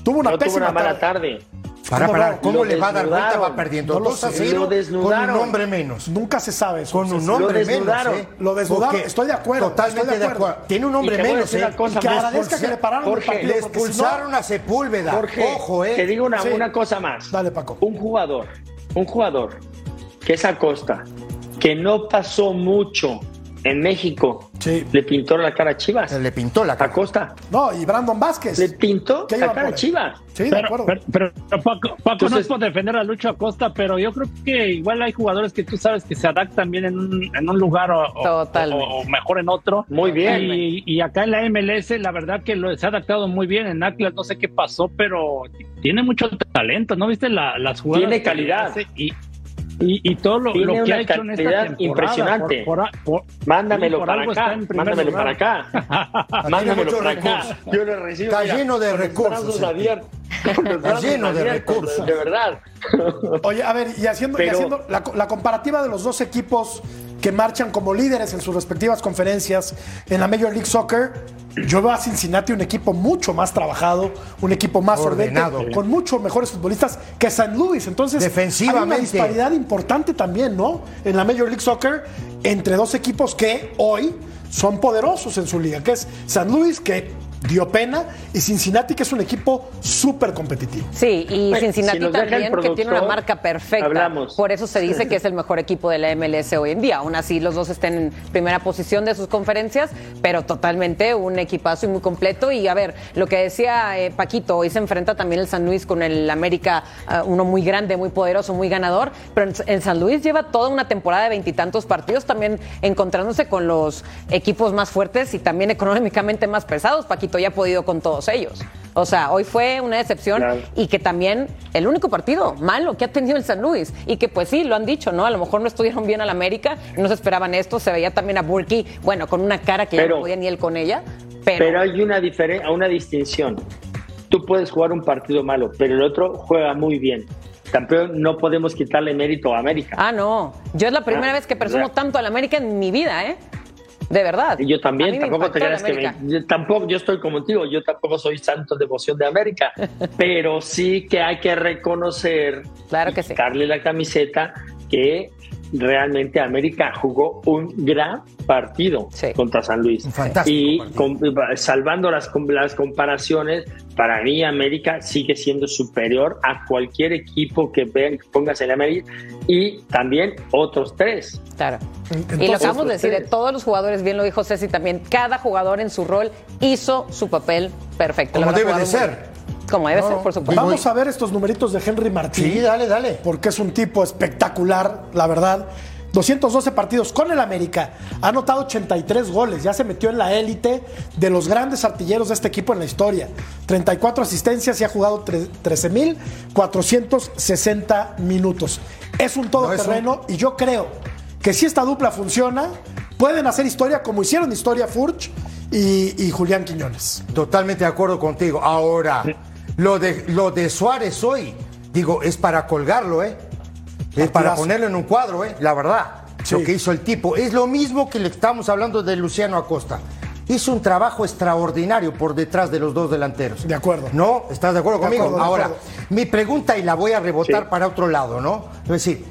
Speaker 1: Tuvo una
Speaker 4: no tuvo
Speaker 1: pésima
Speaker 4: una mala
Speaker 1: tarde.
Speaker 4: tarde.
Speaker 3: Para,
Speaker 1: ¿Cómo
Speaker 3: para,
Speaker 1: no?
Speaker 3: ¿cómo
Speaker 4: Lo
Speaker 3: le va a dar vuelta?
Speaker 4: desnudaron.
Speaker 3: Va perdiendo
Speaker 1: No lo
Speaker 3: dos a
Speaker 1: sé.
Speaker 3: cero
Speaker 4: Lo
Speaker 3: con un
Speaker 4: desnudaron.
Speaker 3: hombre menos.
Speaker 1: Nunca se sabe eso.
Speaker 3: Con un
Speaker 1: César.
Speaker 3: hombre
Speaker 4: Lo desnudaron.
Speaker 3: menos, ¿eh?
Speaker 1: Lo desnudaron,
Speaker 3: Porque
Speaker 1: estoy de acuerdo,
Speaker 3: Totalmente
Speaker 1: estoy de
Speaker 3: de
Speaker 1: acuerdo.
Speaker 3: acuerdo. Tiene un hombre
Speaker 4: Y te voy a
Speaker 3: menos,
Speaker 4: decir
Speaker 3: ¿eh?
Speaker 4: una cosa,
Speaker 1: Y que
Speaker 4: le
Speaker 1: agradezca que le pararon el
Speaker 4: Jorge,
Speaker 1: partido.
Speaker 3: Le
Speaker 1: porque si no-
Speaker 3: expulsaron a Sepúlveda.
Speaker 4: Jorge,
Speaker 3: Ojo, ¿eh?
Speaker 4: te digo una,
Speaker 1: Sí.
Speaker 4: una cosa más.
Speaker 1: Dale, Paco.
Speaker 4: Un jugador, un jugador que es Acosta, que no pasó mucho en México,
Speaker 1: Sí.
Speaker 4: le pintó la cara a Chivas.
Speaker 3: Se le pintó la cara.
Speaker 4: Acosta,
Speaker 1: No, y Brandon Vázquez.
Speaker 4: le pintó
Speaker 1: ¿Qué
Speaker 4: la
Speaker 1: iba
Speaker 4: cara a
Speaker 1: por él?
Speaker 4: Chivas.
Speaker 1: Sí, de
Speaker 5: Pero,
Speaker 1: acuerdo.
Speaker 5: pero, pero, pero Paco, Paco no
Speaker 4: Entonces-
Speaker 5: es por defender a Lucho Acosta, pero yo creo que igual hay jugadores que tú sabes que se adaptan bien en un, en un lugar o, o-
Speaker 2: Totalmente.
Speaker 5: o- o mejor en otro.
Speaker 4: Muy bien.
Speaker 5: Y, y acá en la M L S, la verdad que lo, se ha adaptado muy bien. En Atlas no sé qué pasó, pero tiene mucho talento. ¿No viste la, las jugadas?
Speaker 4: Tiene
Speaker 5: que
Speaker 4: calidad.
Speaker 5: hace? Y, y, y todo lo,
Speaker 4: Tiene
Speaker 5: lo que
Speaker 4: una
Speaker 5: ha hecho en esta
Speaker 4: calidad
Speaker 5: temporada.
Speaker 4: impresionante.
Speaker 5: Por- por- por-
Speaker 4: Mándamelo
Speaker 5: sí, por
Speaker 4: para
Speaker 5: algo
Speaker 4: acá.
Speaker 5: está en primer
Speaker 4: Mándamelo
Speaker 5: lugar.
Speaker 4: para acá. Mándamelo
Speaker 3: muchos
Speaker 4: para acá.
Speaker 3: recursos.
Speaker 4: Yo lo recibo.
Speaker 3: Está
Speaker 4: mira,
Speaker 3: lleno de
Speaker 4: con los
Speaker 3: recursos,
Speaker 4: brazos
Speaker 3: eh.
Speaker 4: abiertos. Con los
Speaker 3: Está
Speaker 4: brazos
Speaker 3: lleno de
Speaker 4: abiertos,
Speaker 3: recursos.
Speaker 4: De verdad.
Speaker 1: Oye, a ver, y haciendo, y
Speaker 4: Pero-
Speaker 1: haciendo la, la comparativa de los dos equipos que marchan como líderes en sus respectivas conferencias en la Major League Soccer, yo veo a Cincinnati un equipo mucho más trabajado, un equipo más
Speaker 3: Ordenado.
Speaker 1: solvente, con muchos mejores futbolistas que San Luis. Entonces,
Speaker 3: Defensivamente.
Speaker 1: hay una disparidad importante también, ¿no? En la Major League Soccer, entre dos equipos que hoy son poderosos en su liga, que es San Luis, que dio pena, y Cincinnati, que es un equipo súper competitivo.
Speaker 2: Sí, y
Speaker 4: Bueno,
Speaker 2: Cincinnati
Speaker 4: si nos deja el
Speaker 2: también, que tiene una
Speaker 4: productor,
Speaker 2: marca perfecta.
Speaker 4: hablamos.
Speaker 2: Por eso se dice que es el mejor equipo de la M L S hoy en día. Aún así, los dos estén en primera posición de sus conferencias, pero totalmente un equipazo y muy completo. Y a ver, lo que decía eh, Paquito, hoy se enfrenta también el San Luis con el América, uh, uno muy grande, muy poderoso, muy ganador. Pero el, el San Luis lleva toda una temporada de veintitantos partidos, también encontrándose con los equipos más fuertes y también económicamente más pesados. Paquito ya ha podido con todos ellos. O sea, hoy fue una decepción
Speaker 4: Claro.
Speaker 2: y que también el único partido malo que ha tenido el San Luis y que pues sí, lo han dicho, ¿no? A lo mejor no estuvieron bien al América, no se esperaban esto, se veía también a Burki, bueno, con una cara que ya
Speaker 4: Pero-
Speaker 2: no podía ni él con ella, pero,
Speaker 4: Pero hay una, diferen- una distinción. Tú puedes jugar un partido malo, pero el otro juega muy bien. Campeón, no podemos quitarle mérito a América.
Speaker 2: ah, no, yo es la primera
Speaker 4: Ah,
Speaker 2: vez que presumo
Speaker 4: o sea-
Speaker 2: tanto al América en mi vida, ¿eh? De verdad.
Speaker 4: Y yo
Speaker 2: A
Speaker 4: también,
Speaker 2: mí me
Speaker 4: tampoco te
Speaker 2: impactó el
Speaker 4: creas que
Speaker 2: América.
Speaker 4: me, yo tampoco, yo estoy como contigo, yo tampoco soy santo devoción de América, pero sí que hay que reconocer,
Speaker 2: Claro
Speaker 4: y
Speaker 2: que sí.
Speaker 4: quitarle la camiseta que realmente América jugó un gran partido
Speaker 2: Sí.
Speaker 4: contra San Luis.
Speaker 3: Un fantástico
Speaker 4: y
Speaker 3: partido.
Speaker 4: con- salvando las, las comparaciones, para mí América sigue siendo superior a cualquier equipo que vean que pongas en América y también otros tres.
Speaker 2: Claro. y lo
Speaker 1: Entonces,
Speaker 2: acabamos de decir, de
Speaker 4: ustedes-
Speaker 2: todos los jugadores, bien lo dijo Ceci también, cada jugador en su rol hizo su papel perfecto.
Speaker 3: Como
Speaker 2: La verdad,
Speaker 3: debe de
Speaker 2: jugaron muy
Speaker 3: ser.
Speaker 2: bien. Como debe
Speaker 3: No,
Speaker 2: ser, por supuesto.
Speaker 1: Vamos a ver estos numeritos de Henry Martín.
Speaker 3: Sí, dale, dale.
Speaker 1: Porque es un tipo espectacular, la verdad. doscientos doce partidos con el América, ha anotado ochenta y tres goles, ya se metió en la élite de los grandes artilleros de este equipo en la historia. treinta y cuatro asistencias y ha jugado tre- trece mil cuatrocientos sesenta minutos. Es un todoterreno y yo creo que si esta dupla funciona, pueden hacer historia como hicieron historia Furch y, y Julián Quiñones.
Speaker 3: Totalmente de acuerdo contigo. Ahora, lo de, lo de Suárez hoy, digo, es para colgarlo, ¿eh? Es para
Speaker 1: Partidazo.
Speaker 3: ponerlo en un cuadro, ¿eh? La verdad.
Speaker 1: Sí.
Speaker 3: Lo que hizo el tipo. Es lo mismo que le estamos hablando de Luciano Acosta. Hizo un trabajo extraordinario por detrás de los dos delanteros.
Speaker 1: De acuerdo.
Speaker 3: ¿No? ¿Estás de acuerdo
Speaker 1: De
Speaker 3: conmigo?
Speaker 1: acuerdo, de
Speaker 3: Ahora,
Speaker 1: acuerdo.
Speaker 3: mi pregunta, y la voy a rebotar
Speaker 4: Sí.
Speaker 3: para otro lado, ¿no? Es decir,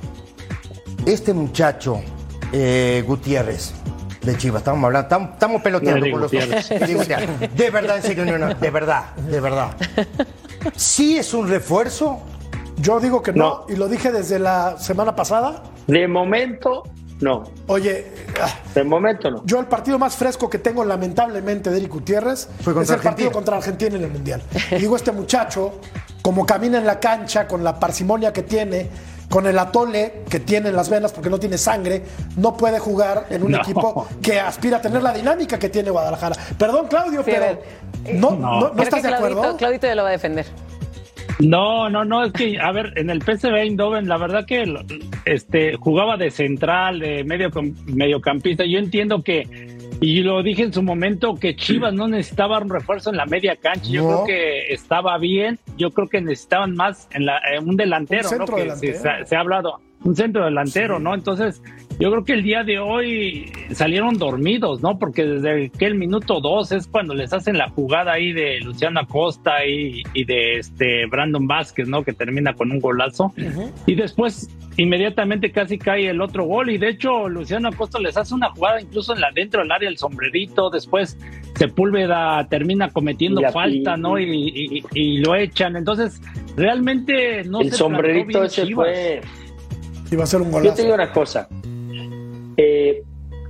Speaker 3: este muchacho, eh, Gutiérrez, de Chivas, estamos hablando, estamos, estamos peloteando
Speaker 5: Eddie
Speaker 3: con los dos.
Speaker 5: Gutiérrez.
Speaker 3: Eddie Gutiérrez. De verdad, en serio, no, no, de verdad, de verdad. ¿Sí es un refuerzo?
Speaker 1: Yo digo que no,
Speaker 4: No.
Speaker 1: y lo dije desde la semana pasada.
Speaker 4: De momento, no.
Speaker 1: Oye, ah,
Speaker 4: De momento, no.
Speaker 1: yo el partido más fresco que tengo lamentablemente de Eric Gutiérrez
Speaker 3: Fue contra
Speaker 1: es el partido
Speaker 3: Argentina.
Speaker 1: contra Argentina en el Mundial. Y digo, este muchacho, como camina en la cancha, con la parsimonia que tiene, con el atole que tiene en las venas porque no tiene sangre, no puede jugar en un
Speaker 5: No.
Speaker 1: equipo que aspira a tener la dinámica que tiene Guadalajara. Perdón, Claudio,
Speaker 2: Sí, a
Speaker 1: pero
Speaker 2: ver,
Speaker 1: no,
Speaker 5: no.
Speaker 1: no, no
Speaker 2: Creo
Speaker 1: estás
Speaker 2: que
Speaker 1: de
Speaker 2: Claudito,
Speaker 1: acuerdo.
Speaker 2: Claudito ya lo va a defender.
Speaker 5: No, no, no, es que, a ver, en el P S V Eindhoven, la verdad que lo- este, jugaba de central, de medio, mediocampista. Yo entiendo que, y lo dije en su momento, que Chivas no necesitaba un refuerzo en la media cancha. Yo
Speaker 3: No.
Speaker 5: creo que estaba bien. Yo creo que necesitaban más en la, en un delantero,
Speaker 1: Un centro
Speaker 5: ¿no? Que
Speaker 1: delantero.
Speaker 5: Se, se ha- se ha hablado, un centro delantero, ¿no? Entonces, yo creo que el día de hoy salieron dormidos, ¿no? Porque desde que el minuto dos es cuando les hacen la jugada ahí de Luciano Acosta y, y de este Brandon Vázquez, ¿no? Que termina con un golazo. Uh-huh. Y después inmediatamente casi cae el otro gol. Y de hecho Luciano Acosta les hace una jugada incluso en la dentro del área, el sombrerito. Después Sepúlveda termina cometiendo la, falta, y, ¿no? Y, y, y lo echan. Entonces realmente no
Speaker 4: el
Speaker 5: se
Speaker 4: sombrerito
Speaker 5: bien
Speaker 4: ese
Speaker 5: Chivas.
Speaker 4: Fue...
Speaker 1: Iba a ser un golazo.
Speaker 4: Yo te digo una cosa. Eh,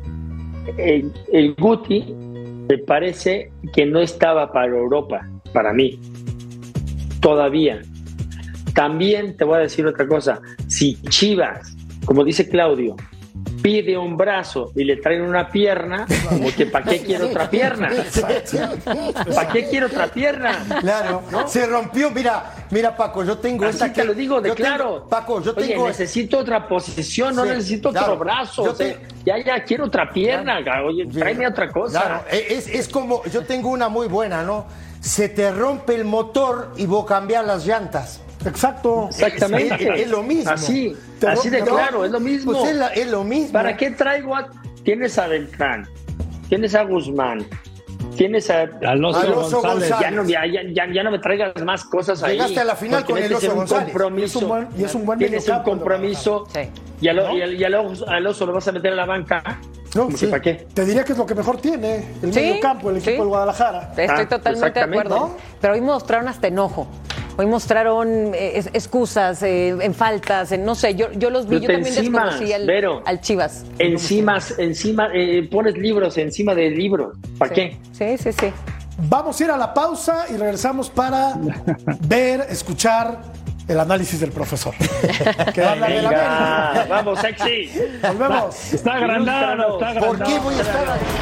Speaker 4: el, el Guti me parece que no estaba para Europa, para mí, todavía. También te voy a decir otra cosa. Si Chivas, como dice Claudio, pide un brazo y le traen una pierna, como que ¿para qué quiero otra pierna? ¿Para qué quiero otra pierna?
Speaker 3: Claro, ¿no? Se rompió, mira, mira Paco, yo tengo
Speaker 4: Así
Speaker 3: esta
Speaker 4: te lo digo de
Speaker 3: yo
Speaker 4: claro.
Speaker 3: Tengo, Paco, yo
Speaker 4: Oye,
Speaker 3: tengo
Speaker 4: necesito otra posición, no sí, necesito claro, otro brazo. O sea, te... Ya, ya quiero otra pierna, claro. Oye, tráeme otra cosa.
Speaker 3: Claro, es, es como, yo tengo una muy buena, ¿no? Se te rompe el motor y vos cambias las llantas.
Speaker 1: Exacto.
Speaker 4: Exactamente.
Speaker 3: Es, es, es lo mismo.
Speaker 4: Así, así de claro, es lo mismo.
Speaker 3: Pues es, la, es lo mismo.
Speaker 4: ¿Para qué traigo a... Tienes a Beltrán, tienes a Guzmán, tienes a
Speaker 5: Alonso,
Speaker 3: Alonso
Speaker 5: González.
Speaker 3: González.
Speaker 4: Ya no, ya, ya, ya no me traigas más cosas ahí.
Speaker 3: Llegaste a la final con el Alonso González.
Speaker 4: Compromiso,
Speaker 1: es un buen, y es un buen
Speaker 4: tienes un compromiso.
Speaker 2: Sí.
Speaker 4: Y a, lo,
Speaker 2: ¿no?
Speaker 4: y, a, y a Alonso lo vas a meter a la banca.
Speaker 1: No, sí.
Speaker 4: ¿Para qué?
Speaker 1: Te diría que es lo que mejor tiene el
Speaker 2: ¿Sí?
Speaker 1: medio campo, el equipo
Speaker 2: ¿Sí?
Speaker 1: del Guadalajara.
Speaker 2: Estoy
Speaker 4: Ah,
Speaker 2: totalmente de acuerdo.
Speaker 1: ¿no?
Speaker 2: Pero hoy mostraron hasta enojo. Hoy mostraron eh, excusas eh, en faltas, en no sé, yo, yo los vi,
Speaker 4: Pero
Speaker 2: yo también
Speaker 4: encimas,
Speaker 2: desconocí al,
Speaker 4: Vero,
Speaker 2: al Chivas.
Speaker 4: Encima, encima eh, pones libros encima de libros. ¿Para
Speaker 2: sí.
Speaker 4: qué?
Speaker 2: Sí, sí, sí.
Speaker 1: Vamos a ir a la pausa y regresamos para ver, escuchar el análisis del profesor. Que habla de la América.
Speaker 4: Vamos, sexy.
Speaker 1: Volvemos.
Speaker 5: Está agrandado, está agrandado.
Speaker 3: ¿Por qué voy a estar ahí?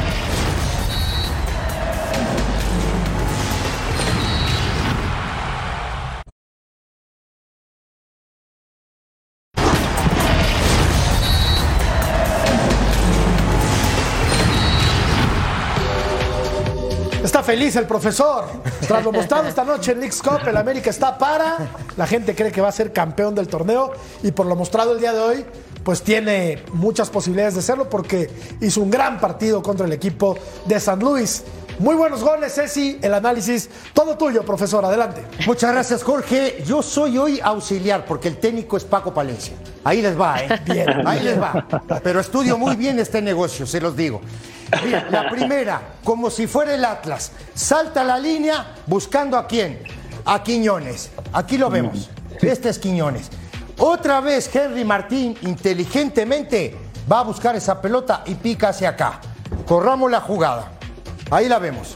Speaker 1: Está feliz el profesor. Tras lo mostrado esta noche en Leagues Cup, el América está para. La gente cree que va a ser campeón del torneo y por lo mostrado el día de hoy, pues tiene muchas posibilidades de serlo porque hizo un gran partido contra el equipo de San Luis. Muy buenos goles, Ceci. El análisis, todo tuyo, profesor. Adelante.
Speaker 3: Muchas gracias, Jorge. Yo soy hoy auxiliar porque el técnico es Paco Palencia. Ahí les va, ¿eh? Bien, ahí les va. Pero estudio muy bien este negocio, se los digo. Mira, la primera, como si fuera el Atlas. Salta la línea buscando a quién. A Quiñones. Aquí lo vemos. Este es Quiñones. Otra vez Henry Martín inteligentemente va a buscar esa pelota y pica hacia acá. Corramos la jugada. Ahí la vemos.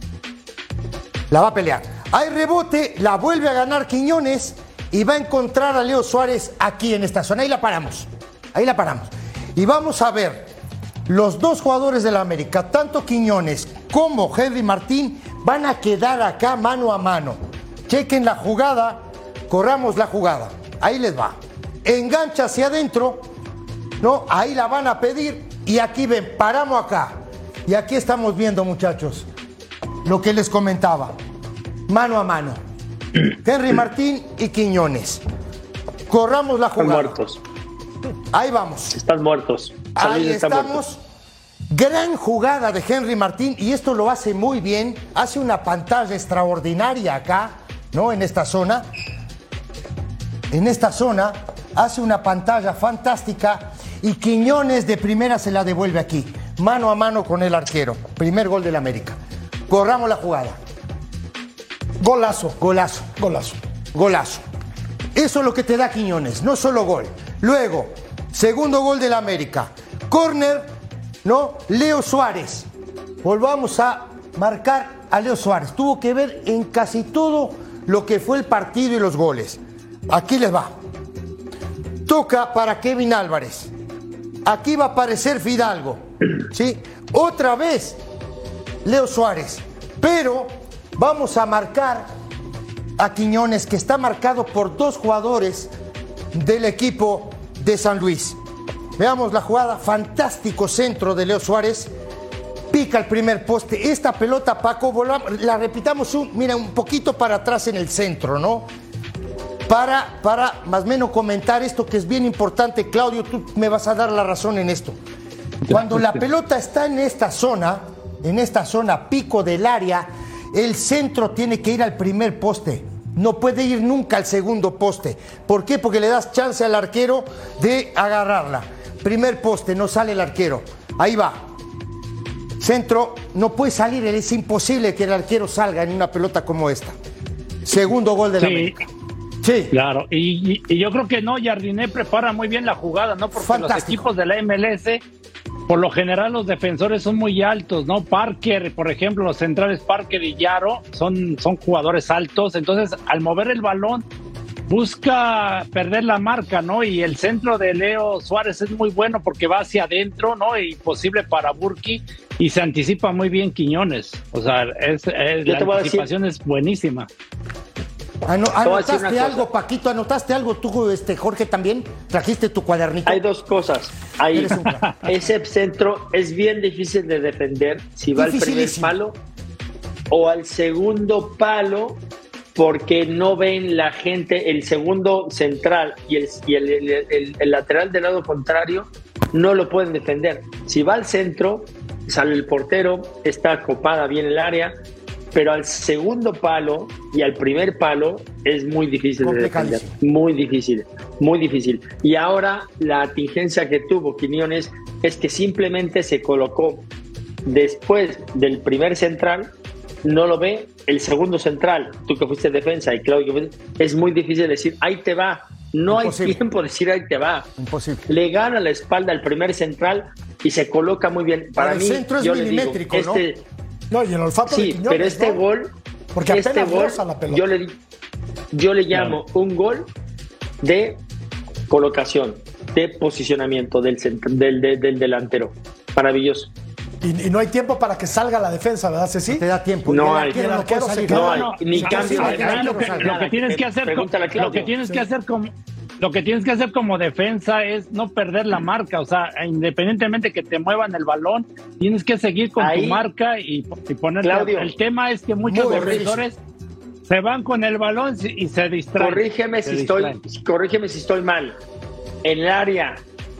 Speaker 3: La va a pelear. Hay rebote, la vuelve a ganar Quiñones y va a encontrar a Leo Suárez aquí en esta zona. Ahí la paramos. Ahí la paramos. Y vamos a ver, los dos jugadores de la América, tanto Quiñones como Henry Martín, van a quedar acá mano a mano. Chequen la jugada, corramos la jugada. Ahí les va. Engancha hacia adentro, ¿no? Ahí la van a pedir y aquí ven, paramos acá. Y aquí estamos viendo, muchachos, lo que les comentaba. Mano a mano. Henry Martín y Quiñones. Corramos la jugada.
Speaker 4: Están muertos.
Speaker 3: Ahí vamos.
Speaker 4: Están muertos.
Speaker 3: Ahí
Speaker 4: está
Speaker 3: estamos.
Speaker 4: Muertos.
Speaker 3: Gran jugada de Henry Martín y esto lo hace muy bien. Hace una pantalla extraordinaria acá, ¿no? En esta zona. En esta zona hace una pantalla fantástica y Quiñones de primera se la devuelve aquí. Mano a mano con el arquero. Primer gol del América. Corramos la jugada.
Speaker 1: Golazo.
Speaker 3: Golazo.
Speaker 1: Golazo.
Speaker 3: Golazo. Eso es lo que te da Quiñones, no solo gol. Luego, segundo gol del América. Córner, ¿no? Leo Suárez. Volvamos a marcar a Leo Suárez. Tuvo que ver en casi todo lo que fue el partido y los goles. Aquí les va. Toca para Kevin Álvarez. Aquí va a aparecer Fidalgo. ¿Sí? Otra vez Leo Suárez. Pero vamos a marcar a Quiñones, que está marcado por dos jugadores del equipo de San Luis. Veamos la jugada. Fantástico centro de Leo Suárez. Pica el primer poste. Esta pelota, Paco, volvamos, la repitamos un, mira, un poquito para atrás en el centro, ¿no? para, para más o menos comentar esto que es bien importante. Claudio, tú me vas a dar la razón en esto. Cuando la pelota está en esta zona, en esta zona pico del área, el centro tiene que ir al primer poste. No puede ir nunca al segundo poste. ¿Por qué? Porque le das chance al arquero de agarrarla. Primer poste, no sale el arquero. Ahí va. Centro, no puede salir. Es imposible que el arquero salga en una pelota como esta. Segundo gol de la
Speaker 5: Sí.
Speaker 3: América. Sí.
Speaker 5: Claro, y, y, y yo creo que no, Jardiné prepara muy bien la jugada, ¿no? Porque
Speaker 3: Fantástico.
Speaker 5: los equipos de la M L S, por lo general los defensores son muy altos, ¿no? Parker, por ejemplo, los centrales Parker y Yaro son, son jugadores altos, entonces al mover el balón busca perder la marca, ¿no? Y el centro de Leo Suárez es muy bueno porque va hacia adentro, ¿no? Imposible para Burki y se anticipa muy bien Quiñones, o sea, es, es, la anticipación decir... es buenísima.
Speaker 3: Ano, ¿Anotaste algo,
Speaker 4: cosa.
Speaker 3: Paquito? ¿Anotaste algo tú, este, Jorge, también? ¿Trajiste tu cuadernito?
Speaker 4: Hay dos cosas. Ahí, ese centro es bien difícil de defender si va al primer palo o al segundo palo, porque no ven la gente, el segundo central y el, y el, el, el, el lateral del lado contrario no lo pueden defender. Si va al centro, sale el portero, está acopada bien el área, pero al segundo palo y al primer palo es muy difícil de defender, muy difícil, muy difícil. Y ahora la atingencia que tuvo Quiñones es que simplemente se colocó después del primer central, no lo ve el segundo central, tú que fuiste defensa y Claudio que fuiste, es muy difícil decir, ahí te va, no Imposible. Hay tiempo de decir ahí te va. Imposible. Le gana la espalda al primer central y se coloca muy bien. Para
Speaker 3: el
Speaker 4: mí,
Speaker 3: centro es
Speaker 4: yo
Speaker 3: milimétrico,
Speaker 4: le digo,
Speaker 3: ¿no?
Speaker 4: este,
Speaker 1: No, y el olfato
Speaker 4: sí,
Speaker 1: de Quiñones,
Speaker 4: pero este
Speaker 1: ¿no?
Speaker 4: gol,
Speaker 1: porque apenas
Speaker 4: este gol,
Speaker 1: roza la pelota.
Speaker 4: yo le, yo le llamo claro. un gol de colocación, de posicionamiento del, del, del, del delantero. Maravilloso.
Speaker 1: Y, y no hay tiempo para que salga la defensa, ¿verdad, Ceci?
Speaker 3: No te da tiempo.
Speaker 4: No hay.
Speaker 1: El arquero se
Speaker 4: no
Speaker 1: queda.
Speaker 4: hay.
Speaker 1: No,
Speaker 4: Ni cambio.
Speaker 5: Lo que, lo que tienes que hacer, lo que tienes que hacer como Lo que tienes que hacer como defensa es no perder la marca, o sea, independientemente que te muevan el balón, tienes que seguir con Ahí, tu marca y, y poner. El tema es que muchos defensores se van con el balón y se distraen.
Speaker 4: Corrígeme
Speaker 5: se
Speaker 4: si
Speaker 5: distraen.
Speaker 4: estoy, corrígeme si estoy mal. En el área,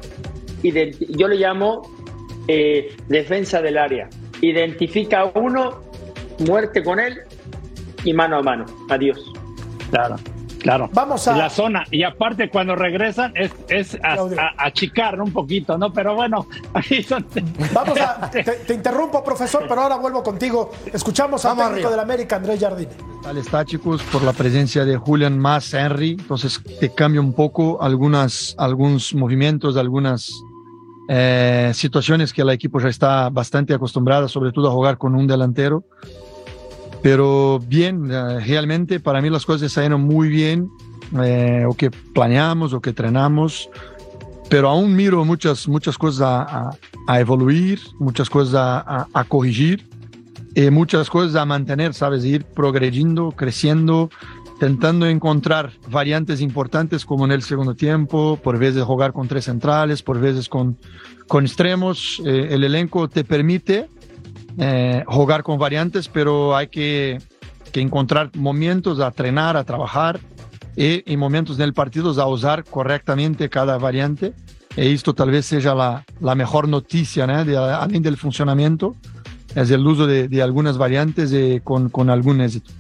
Speaker 4: yo le llamo eh, defensa del área. Identifica a uno, muerte con él y mano a mano. Adiós.
Speaker 5: Claro. Claro,
Speaker 1: vamos a
Speaker 5: la zona, y aparte cuando regresan es, es a, a, a achicar un poquito, ¿no? Pero bueno, ahí son...
Speaker 1: Vamos a, te, te interrumpo, profesor, pero ahora vuelvo contigo. Escuchamos al técnico arriba. del América, Andrés Jardine.
Speaker 6: Tal está, chicos, por la presencia de Julián más Henry, entonces te cambia un poco algunas, algunos movimientos, algunas eh, situaciones que el equipo ya está bastante acostumbrado, sobre todo a jugar con un delantero. Pero bien, realmente para mí las cosas salieron muy bien, eh, o que planeamos, o que entrenamos, pero aún miro muchas, muchas cosas a, a, a evoluir, muchas cosas a, a, a corregir, y muchas cosas a mantener, ¿sabes? Ir progrediendo, creciendo, intentando encontrar variantes importantes como en el segundo tiempo, por veces jugar con tres centrales, por veces con, con extremos. Eh, el elenco te permite Eh, jugar con variantes, pero hay que, que encontrar momentos a entrenar, a trabajar y, y momentos en el partido a usar correctamente cada variante. Y esto tal vez sea la, la mejor noticia, ¿no? De, além del funcionamiento, es el uso de, de algunas variantes eh, con, con algún éxito.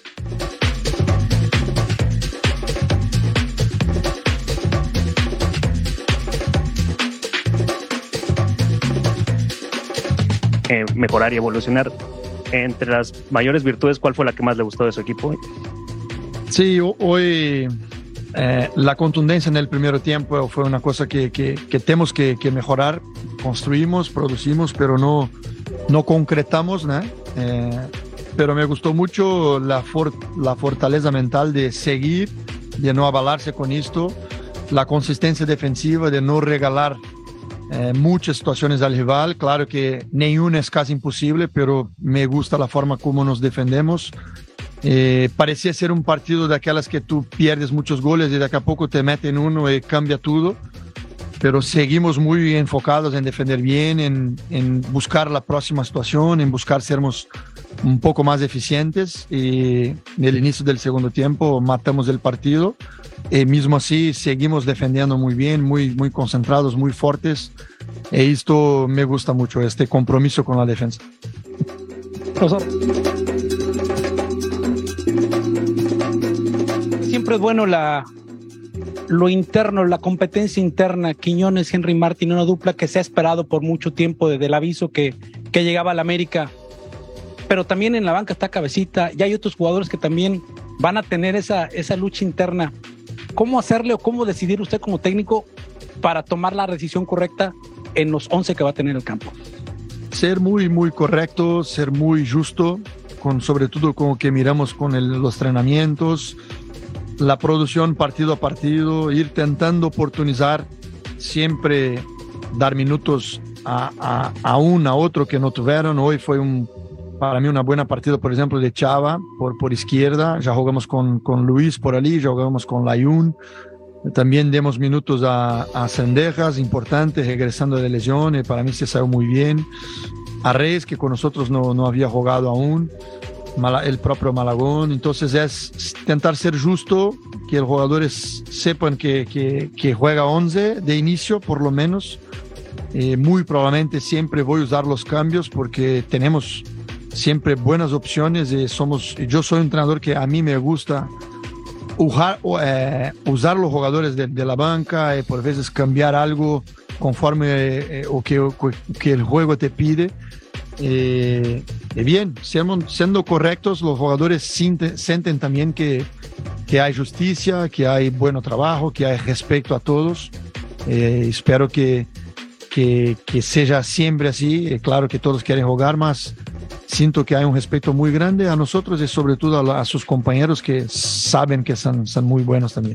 Speaker 7: Eh, mejorar y evolucionar. Entre las mayores virtudes, ¿cuál fue la que más le gustó de su equipo?
Speaker 6: Sí, hoy eh, la contundencia en el primer tiempo fue una cosa que, que, que tenemos que, que mejorar. Construimos, producimos, pero no, no concretamos, ¿no? Eh, pero me gustó mucho la, for, la fortaleza mental de seguir, de no avalarse con esto, la consistencia defensiva, de no regalar Eh, muchas situaciones al rival. Claro que ninguna es casi imposible, pero me gusta la forma como nos defendemos. Eh, parecía ser un partido de aquellas que tú pierdes muchos goles y de acá a poco te meten uno y cambia todo. pero seguimos muy enfocados en defender bien, en, en buscar la próxima situación, en buscar sermos un poco más eficientes. Y en el inicio del segundo tiempo matamos el partido y mismo así seguimos defendiendo muy bien, muy, muy concentrados, muy fuertes. Y esto me gusta mucho, este compromiso con la defensa.
Speaker 8: Siempre es bueno la, lo interno, la competencia interna. Quiñones, Henry Martin, una dupla que se ha esperado por mucho tiempo desde el aviso que, que llegaba a la América. Pero también en la banca está Cabecita y hay otros jugadores que también van a tener esa, esa lucha interna. ¿Cómo hacerle o cómo decidir usted como técnico para tomar la decisión correcta en los once que va a tener el campo?
Speaker 6: Ser muy, muy correcto, ser muy justo, con, sobre todo con lo que miramos con el, los entrenamientos, la producción partido a partido, ir intentando oportunizar, siempre dar minutos a, a, a un, a otro que no tuvieron. Hoy fue un, para mí una buena partida, por ejemplo, de Chava por, por izquierda, ya jugamos con, con Luis por allí, ya jugamos con Layún. También demos minutos a, a Cendejas, importante, regresando de lesión, y para mí se salió muy bien. A Reyes, que con nosotros no, no había jugado aún, Mala, el propio Malagón. Entonces es intentar ser justo, que los jugadores sepan que, que, que juega once de inicio, por lo menos. Eh, muy probablemente siempre voy a usar los cambios porque tenemos siempre buenas opciones. Y somos, yo soy un entrenador que a mí me gusta Usar, eh, usar los jugadores de, de la banca y por veces cambiar algo conforme eh, o que, o que el juego te pide. Eh, y bien, siendo, siendo correctos, los jugadores sienten, sienten también que, que hay justicia, que hay buen trabajo, que hay respeto a todos. Eh, espero que, que, que sea siempre así. Eh, claro que todos quieren jugar, más siento que hay un respeto muy grande a nosotros y sobre todo a, a sus compañeros que saben que son, son muy buenos también.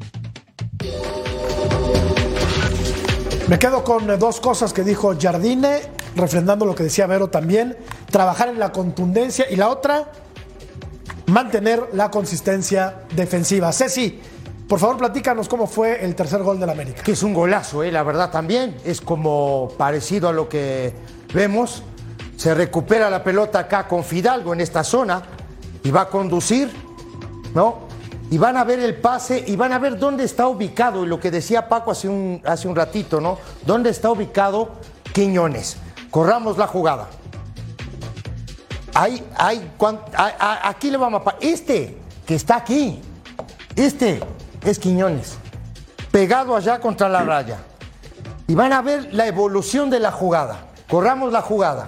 Speaker 1: Me quedo con dos cosas que dijo Jardine, refrendando lo que decía Vero también, trabajar en la contundencia y la otra, mantener la consistencia defensiva. Ceci, por favor platícanos cómo fue el tercer gol del América.
Speaker 3: Que es un golazo, eh, la verdad también, es como parecido a lo que vemos. Se recupera la pelota acá con Fidalgo en esta zona y va a conducir, ¿no? Y van a ver el pase y van a ver dónde está ubicado, y lo que decía Paco hace un, hace un ratito, ¿no? ¿Dónde está ubicado Quiñones? Corramos la jugada. Ahí, ahí, aquí le vamos a... Este que está aquí, este es Quiñones, pegado allá contra la raya. Y van a ver la evolución de la jugada. Corramos la jugada.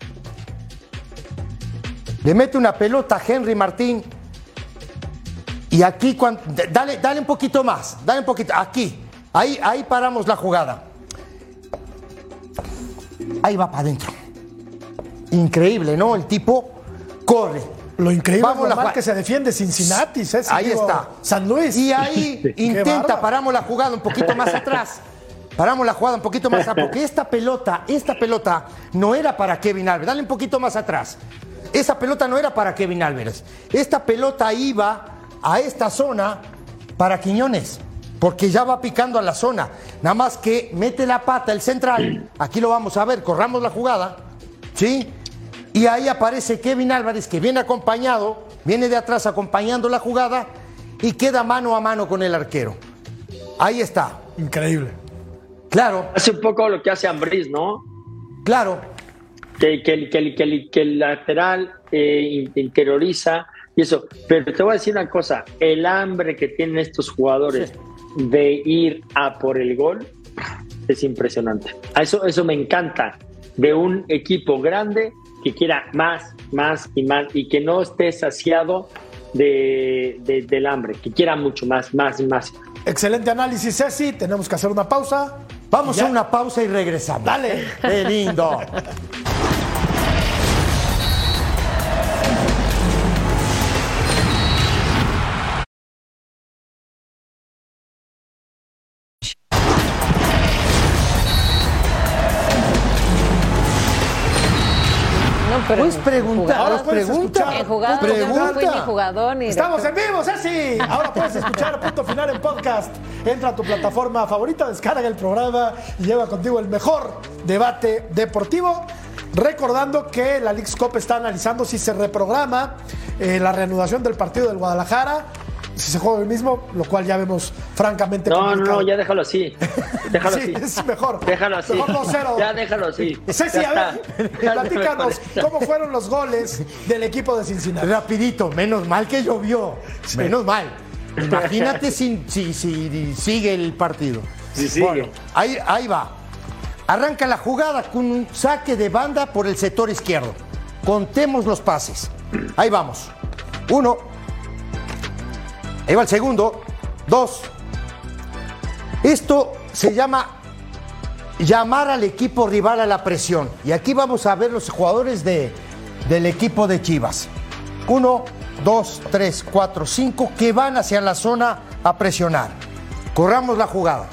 Speaker 3: Le mete una pelota a Henry Martín. Y aquí, cuando, dale, dale un poquito más. Dale un poquito. Aquí. Ahí, ahí paramos la jugada. Ahí va para adentro. Increíble, ¿no? El tipo corre.
Speaker 1: Lo increíble Vamos es lo mal que se defiende Cincinnati. ¿sí?
Speaker 3: Ahí
Speaker 1: digo,
Speaker 3: está.
Speaker 1: San Luis.
Speaker 3: Y ahí intenta, paramos la jugada un poquito más atrás. Paramos la jugada un poquito más atrás. Porque esta pelota, esta pelota no era para Kevin Álvarez. Dale un poquito más atrás. Esa pelota no era para Kevin Álvarez. Esta pelota iba a esta zona para Quiñones, porque ya va picando a la zona. Nada más que mete la pata el central. Aquí lo vamos a ver. Corramos la jugada, ¿sí? Y ahí aparece Kevin Álvarez, que viene acompañado, viene de atrás acompañando la jugada y queda mano a mano con el arquero. Ahí está.
Speaker 1: Increíble.
Speaker 3: Claro.
Speaker 4: Hace un poco lo que hace Ambriz, ¿no?
Speaker 3: Claro.
Speaker 4: Que, que, que, que, que el lateral eh, interioriza y eso. Pero te voy a decir una cosa, el hambre que tienen estos jugadores sí. de ir a por el gol es impresionante. Eso, eso me encanta, de un equipo grande que quiera más, más y más, y que no esté saciado de, de, del hambre, que quiera mucho más, más y más.
Speaker 1: Excelente análisis, Ceci. Tenemos que hacer una pausa.
Speaker 3: Vamos ya. a una pausa y regresamos.
Speaker 1: Dale.
Speaker 3: ¡Qué lindo!
Speaker 2: Pero
Speaker 3: Pues pregunta,
Speaker 1: Ahora
Speaker 3: pues
Speaker 1: puedes
Speaker 3: pregunta.
Speaker 1: escuchar.
Speaker 2: En jugador, yo no fui ni
Speaker 3: Pregunta.
Speaker 2: jugador ni
Speaker 1: Estamos en
Speaker 2: director.
Speaker 1: vivo, Ceci. Ahora puedes escuchar Punto Final en podcast. Entra a tu plataforma favorita, descarga el programa y lleva contigo el mejor debate deportivo. Recordando que la Leagues Cup está analizando si se reprograma eh, la reanudación del partido del Guadalajara, si se juega el mismo, lo cual ya vemos francamente
Speaker 4: No, no,
Speaker 1: complicado.
Speaker 4: no, ya déjalo así. Déjalo
Speaker 1: Sí,
Speaker 4: así.
Speaker 1: es mejor.
Speaker 4: Déjalo así.
Speaker 1: Mejor dos cero.
Speaker 4: Ya déjalo así.
Speaker 1: Ceci,
Speaker 4: Ya
Speaker 1: a ver,
Speaker 4: está. Ya
Speaker 1: platícanos
Speaker 4: mejor.
Speaker 1: cómo fueron los goles del equipo de Cincinnati.
Speaker 3: Rapidito, menos mal que llovió. Menos mal. Imagínate si, si, si sigue el partido.
Speaker 4: Sí, sigue.
Speaker 3: Bueno, ahí, ahí va. Arranca la jugada con un saque de banda por el sector izquierdo. Contemos los pases. Ahí vamos. Uno. Ahí va el segundo. Dos. Esto se llama llamar al equipo rival a la presión. Y aquí vamos a ver los jugadores de, del equipo de Chivas. Uno, dos, tres, cuatro, cinco que van hacia la zona a presionar. Corramos la jugada.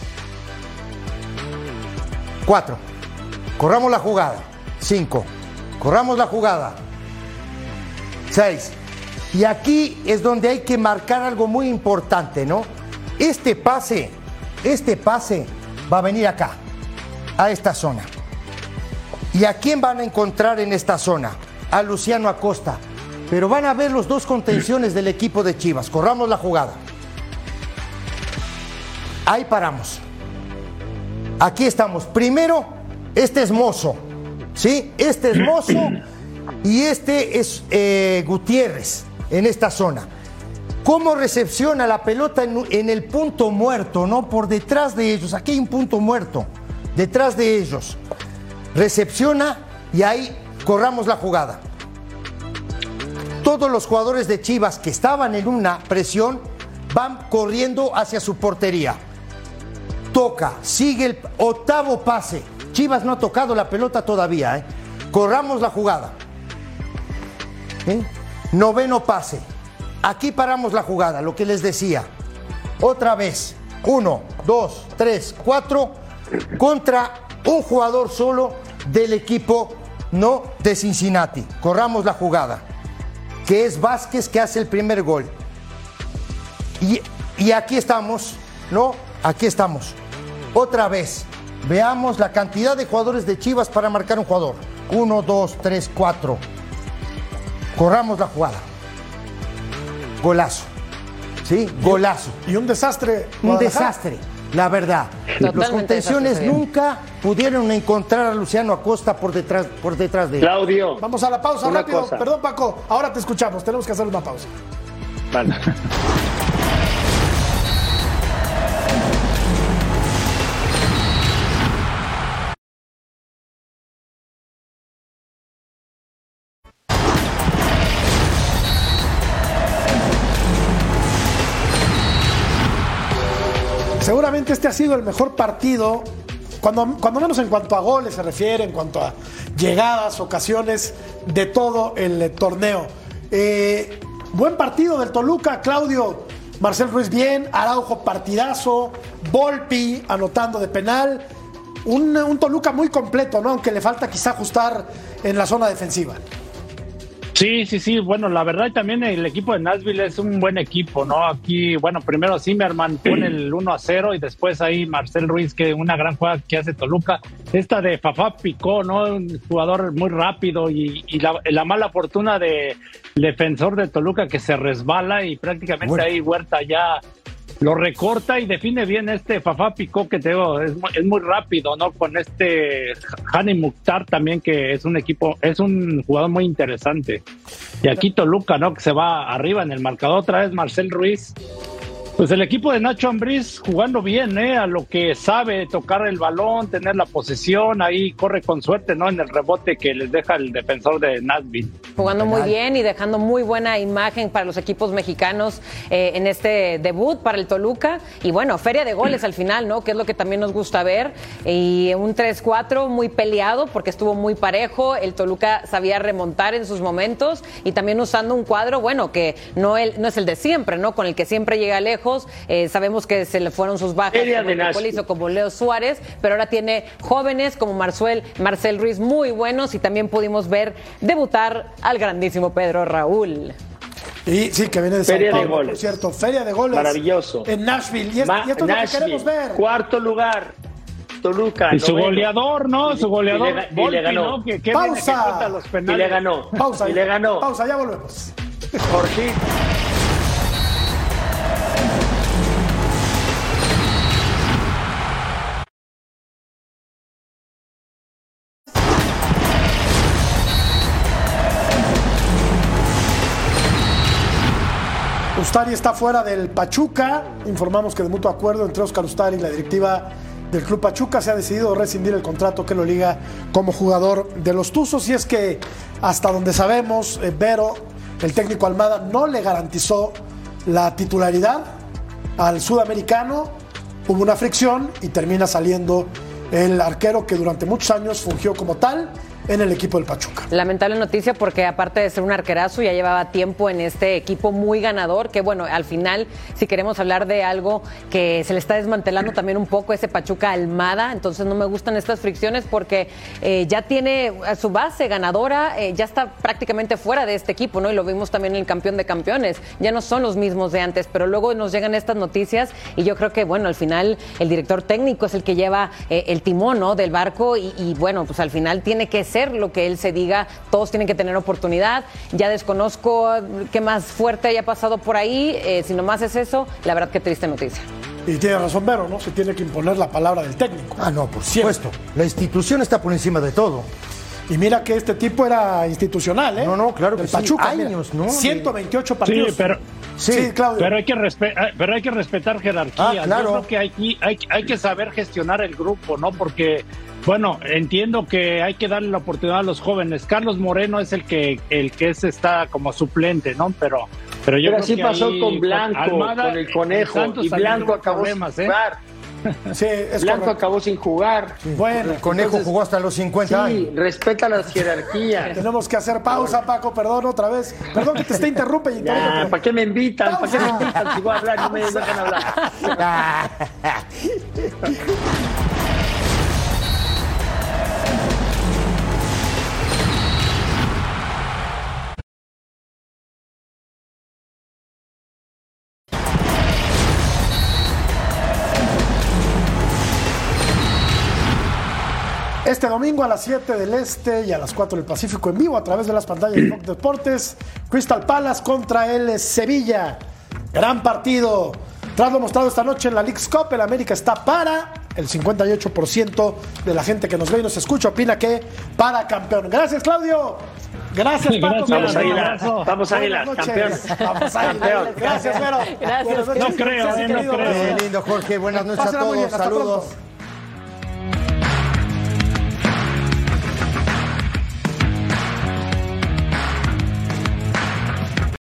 Speaker 3: Cuatro. Corramos la jugada. Cinco. Corramos la jugada. Seis. Y aquí es donde hay que marcar algo muy importante, ¿no? Este pase, este pase va a venir acá, a esta zona. ¿Y a quién van a encontrar en esta zona? A Luciano Acosta. Pero van a ver los dos contenciones del equipo de Chivas. Corramos la jugada. Ahí paramos. Aquí estamos. Primero, este es Mozo, ¿sí? Este es Mozo y este es eh, Gutiérrez en esta zona. ¿Cómo recepciona la pelota en, en el punto muerto, no? Por detrás de ellos. Aquí hay un punto muerto. Detrás de ellos. Recepciona y ahí corramos la jugada. Todos los jugadores de Chivas que estaban en una presión van corriendo hacia su portería. Toca, sigue el octavo pase. Chivas no ha tocado la pelota todavía, ¿eh? Corramos la jugada. ¿Eh? Noveno pase. Aquí paramos la jugada, lo que les decía. Otra vez. Uno, dos, tres, cuatro. Contra un jugador solo del equipo no de Cincinnati. Corramos la jugada. Que es Vázquez, que hace el primer gol. Y, y aquí estamos, ¿no? Aquí estamos. Otra vez. Veamos la cantidad de jugadores de Chivas para marcar un jugador. Uno, dos, tres, cuatro. Corramos la jugada. Golazo. ¿Sí? Golazo.
Speaker 1: Y un desastre.
Speaker 3: Un
Speaker 1: Guadalajara.
Speaker 3: desastre, la verdad.
Speaker 2: Totalmente
Speaker 3: Los contenciones
Speaker 2: desastre, Javier.
Speaker 3: nunca pudieron encontrar a Luciano Acosta por detrás, por detrás de él.
Speaker 4: Claudio.
Speaker 1: Vamos a la pausa
Speaker 4: Una
Speaker 1: rápido.
Speaker 4: cosa.
Speaker 1: Perdón, Paco. Ahora te escuchamos. Tenemos que hacer una pausa.
Speaker 4: Vale.
Speaker 1: Seguramente este ha sido el mejor partido, cuando, cuando menos en cuanto a goles se refiere, en cuanto a llegadas, ocasiones, de todo el eh, torneo. Eh, buen partido del Toluca, Claudio. Marcel Ruiz bien, Araujo partidazo, Volpi anotando de penal. Un, un Toluca muy completo, ¿no? Aunque le falta quizá ajustar en la zona defensiva.
Speaker 5: Sí, sí, sí, bueno, la verdad también el equipo de Nashville es un buen equipo, ¿no? Aquí, bueno, primero Zimmerman pone el uno a cero y después ahí Marcel Ruiz, que una gran jugada que hace Toluca. Esta de Fafá Picó, ¿no? Un jugador muy rápido y, y la, la mala fortuna de defensor de Toluca que se resbala y prácticamente
Speaker 3: Bueno.
Speaker 5: ahí Huerta ya lo recorta y define bien este Fafá Picó, que te digo, es, mu- es muy rápido, ¿no? Con este Hani Mukhtar también, que es un equipo, es un jugador muy interesante. Y aquí Toluca, ¿no? Que se va arriba en el marcador, otra vez Marcel Ruiz. Pues el equipo de Nacho Ambriz jugando bien, ¿eh? A lo que sabe, tocar el balón, tener la posesión, ahí corre con suerte, ¿no? En el rebote que les deja el defensor de Nashville.
Speaker 2: Jugando muy
Speaker 3: Penal.
Speaker 2: bien y dejando muy buena imagen para los equipos mexicanos eh, en este debut para el Toluca. Y bueno, feria de goles al final, ¿no? Que es lo que también nos gusta ver. Y un tres cuatro muy peleado porque estuvo muy parejo. El Toluca sabía remontar en sus momentos y también usando un cuadro, bueno, que no, el, no es el de siempre, ¿no? Con el que siempre llega lejos. viejos. Eh, sabemos que se le fueron sus bajas
Speaker 4: Feria
Speaker 2: como
Speaker 4: de
Speaker 2: el
Speaker 4: Nashville.
Speaker 2: Cocolizo, como Leo Suárez, pero ahora tiene jóvenes como Marcel, Marcel Ruiz muy buenos y también pudimos ver debutar al grandísimo Pedro Raúl.
Speaker 1: Y sí, que viene de
Speaker 4: Feria
Speaker 1: Sao
Speaker 4: de
Speaker 1: Paulo,
Speaker 4: goles.
Speaker 1: por cierto. Feria de goles.
Speaker 4: Maravilloso.
Speaker 1: En Nashville. Y, es,
Speaker 4: Ma-
Speaker 1: y esto es
Speaker 4: Nashville,
Speaker 1: lo que queremos ver.
Speaker 4: Cuarto lugar, Toluca.
Speaker 5: Y su
Speaker 4: noveno.
Speaker 5: goleador, ¿no? Su goleador,
Speaker 4: Y le, y
Speaker 5: Volpi,
Speaker 4: le ganó.
Speaker 5: ¿no? Que, que
Speaker 1: Pausa.
Speaker 5: viene que cuenta los
Speaker 4: Y
Speaker 5: penales.
Speaker 4: le ganó.
Speaker 1: Pausa.
Speaker 4: Y le ganó.
Speaker 1: Pausa, ya volvemos.
Speaker 4: Jorge.
Speaker 1: Ustari está fuera del Pachuca. Informamos que de mutuo acuerdo entre Óscar Ustari y la directiva del Club Pachuca se ha decidido rescindir el contrato que lo liga como jugador de los Tuzos. Y es que hasta donde sabemos, eh, Vero, el técnico Almada, no le garantizó la titularidad al sudamericano. Hubo una fricción y termina saliendo el arquero que durante muchos años fungió como tal en el equipo del Pachuca.
Speaker 2: Lamentable noticia porque aparte de ser un arquerazo ya llevaba tiempo en este equipo muy ganador, que bueno, al final si queremos hablar de algo que se le está desmantelando también un poco ese Pachuca Almada, entonces no me gustan estas fricciones porque eh, ya tiene a su base ganadora, eh, ya está prácticamente fuera de este equipo, ¿no? Y lo vimos también en el campeón de campeones, ya no son los mismos de antes, pero luego nos llegan estas noticias y yo creo que bueno, al final el director técnico es el que lleva eh, el timón, ¿no? Del barco y, y bueno, pues al final tiene que ser lo que él se diga, todos tienen que tener oportunidad. Ya desconozco qué más fuerte haya pasado por ahí, eh, si nomás es eso, la verdad que triste noticia.
Speaker 1: Y tiene razón Vero, ¿no? Se tiene que imponer la palabra del técnico.
Speaker 3: Ah, no, por supuesto. La institución está por encima de todo.
Speaker 1: Y mira que este tipo era institucional, ¿eh?
Speaker 3: No, no, claro que
Speaker 1: Del
Speaker 3: sí.
Speaker 1: Pachuca,
Speaker 3: Años,
Speaker 1: mira,
Speaker 3: ¿no?
Speaker 1: ciento veintiocho
Speaker 5: Sí,
Speaker 1: partidos.
Speaker 5: pero,
Speaker 1: Sí,
Speaker 3: Sí,
Speaker 1: Claudio.
Speaker 5: pero, hay que respe- eh, pero hay que respetar jerarquías.
Speaker 3: Ah, claro.
Speaker 5: Yo creo que hay, hay, hay que saber gestionar el grupo, ¿no? Porque, bueno, entiendo que hay que darle la oportunidad a los jóvenes. Carlos Moreno es el que el que es, está como suplente, ¿no? Pero, pero yo
Speaker 4: Pero
Speaker 5: creo
Speaker 4: así
Speaker 5: que
Speaker 4: pasó
Speaker 5: ahí,
Speaker 4: con Blanco,
Speaker 5: Almada,
Speaker 4: con el Conejo.
Speaker 5: Santos
Speaker 4: Y
Speaker 5: también
Speaker 4: Blanco
Speaker 5: tuvo
Speaker 4: acabó
Speaker 5: problemas,
Speaker 4: sin
Speaker 5: ¿eh?
Speaker 4: jugar.
Speaker 1: Sí, es
Speaker 4: Blanco
Speaker 1: correcto.
Speaker 4: acabó sin jugar.
Speaker 1: Bueno,
Speaker 3: El Conejo
Speaker 4: Entonces,
Speaker 3: jugó hasta los cincuenta años.
Speaker 4: Sí, respeta las jerarquías.
Speaker 1: tenemos que hacer pausa, Paco, perdón otra vez. Perdón que te esté interrumpe y
Speaker 4: Ya,
Speaker 1: interrumpe.
Speaker 4: ¿para qué me invitan? ¿Para qué me
Speaker 1: Pausa.
Speaker 4: invitan? Si voy a hablar, no me dejan hablar.
Speaker 1: Este domingo a las siete del Este y a las cuatro del Pacífico en vivo a través de las pantallas de Fox Deportes, Crystal Palace contra el Sevilla. Gran partido. Tras lo mostrado esta noche en la Leagues Cup, el América está para, el cincuenta y ocho por ciento de la gente que nos ve y nos escucha opina que para campeón. Gracias, Claudio. Gracias, Paco.
Speaker 5: Gracias.
Speaker 4: Vamos,
Speaker 5: Un
Speaker 4: Águilas.
Speaker 5: abrazo.
Speaker 4: Vamos, Águilas.
Speaker 1: Buenas
Speaker 4: Campeón.
Speaker 1: noches. Vamos, Águilas.
Speaker 4: Campeón.
Speaker 1: Gracias, Vero.
Speaker 2: Gracias.
Speaker 1: Buenas noches.
Speaker 5: No creo,
Speaker 1: Gracias,
Speaker 5: eh, no
Speaker 1: querido.
Speaker 5: creo.
Speaker 3: Qué lindo, Jorge. Buenas noches a
Speaker 1: Pásenla muy
Speaker 3: todos.
Speaker 1: bien. Hasta
Speaker 3: Saludos.
Speaker 1: pronto.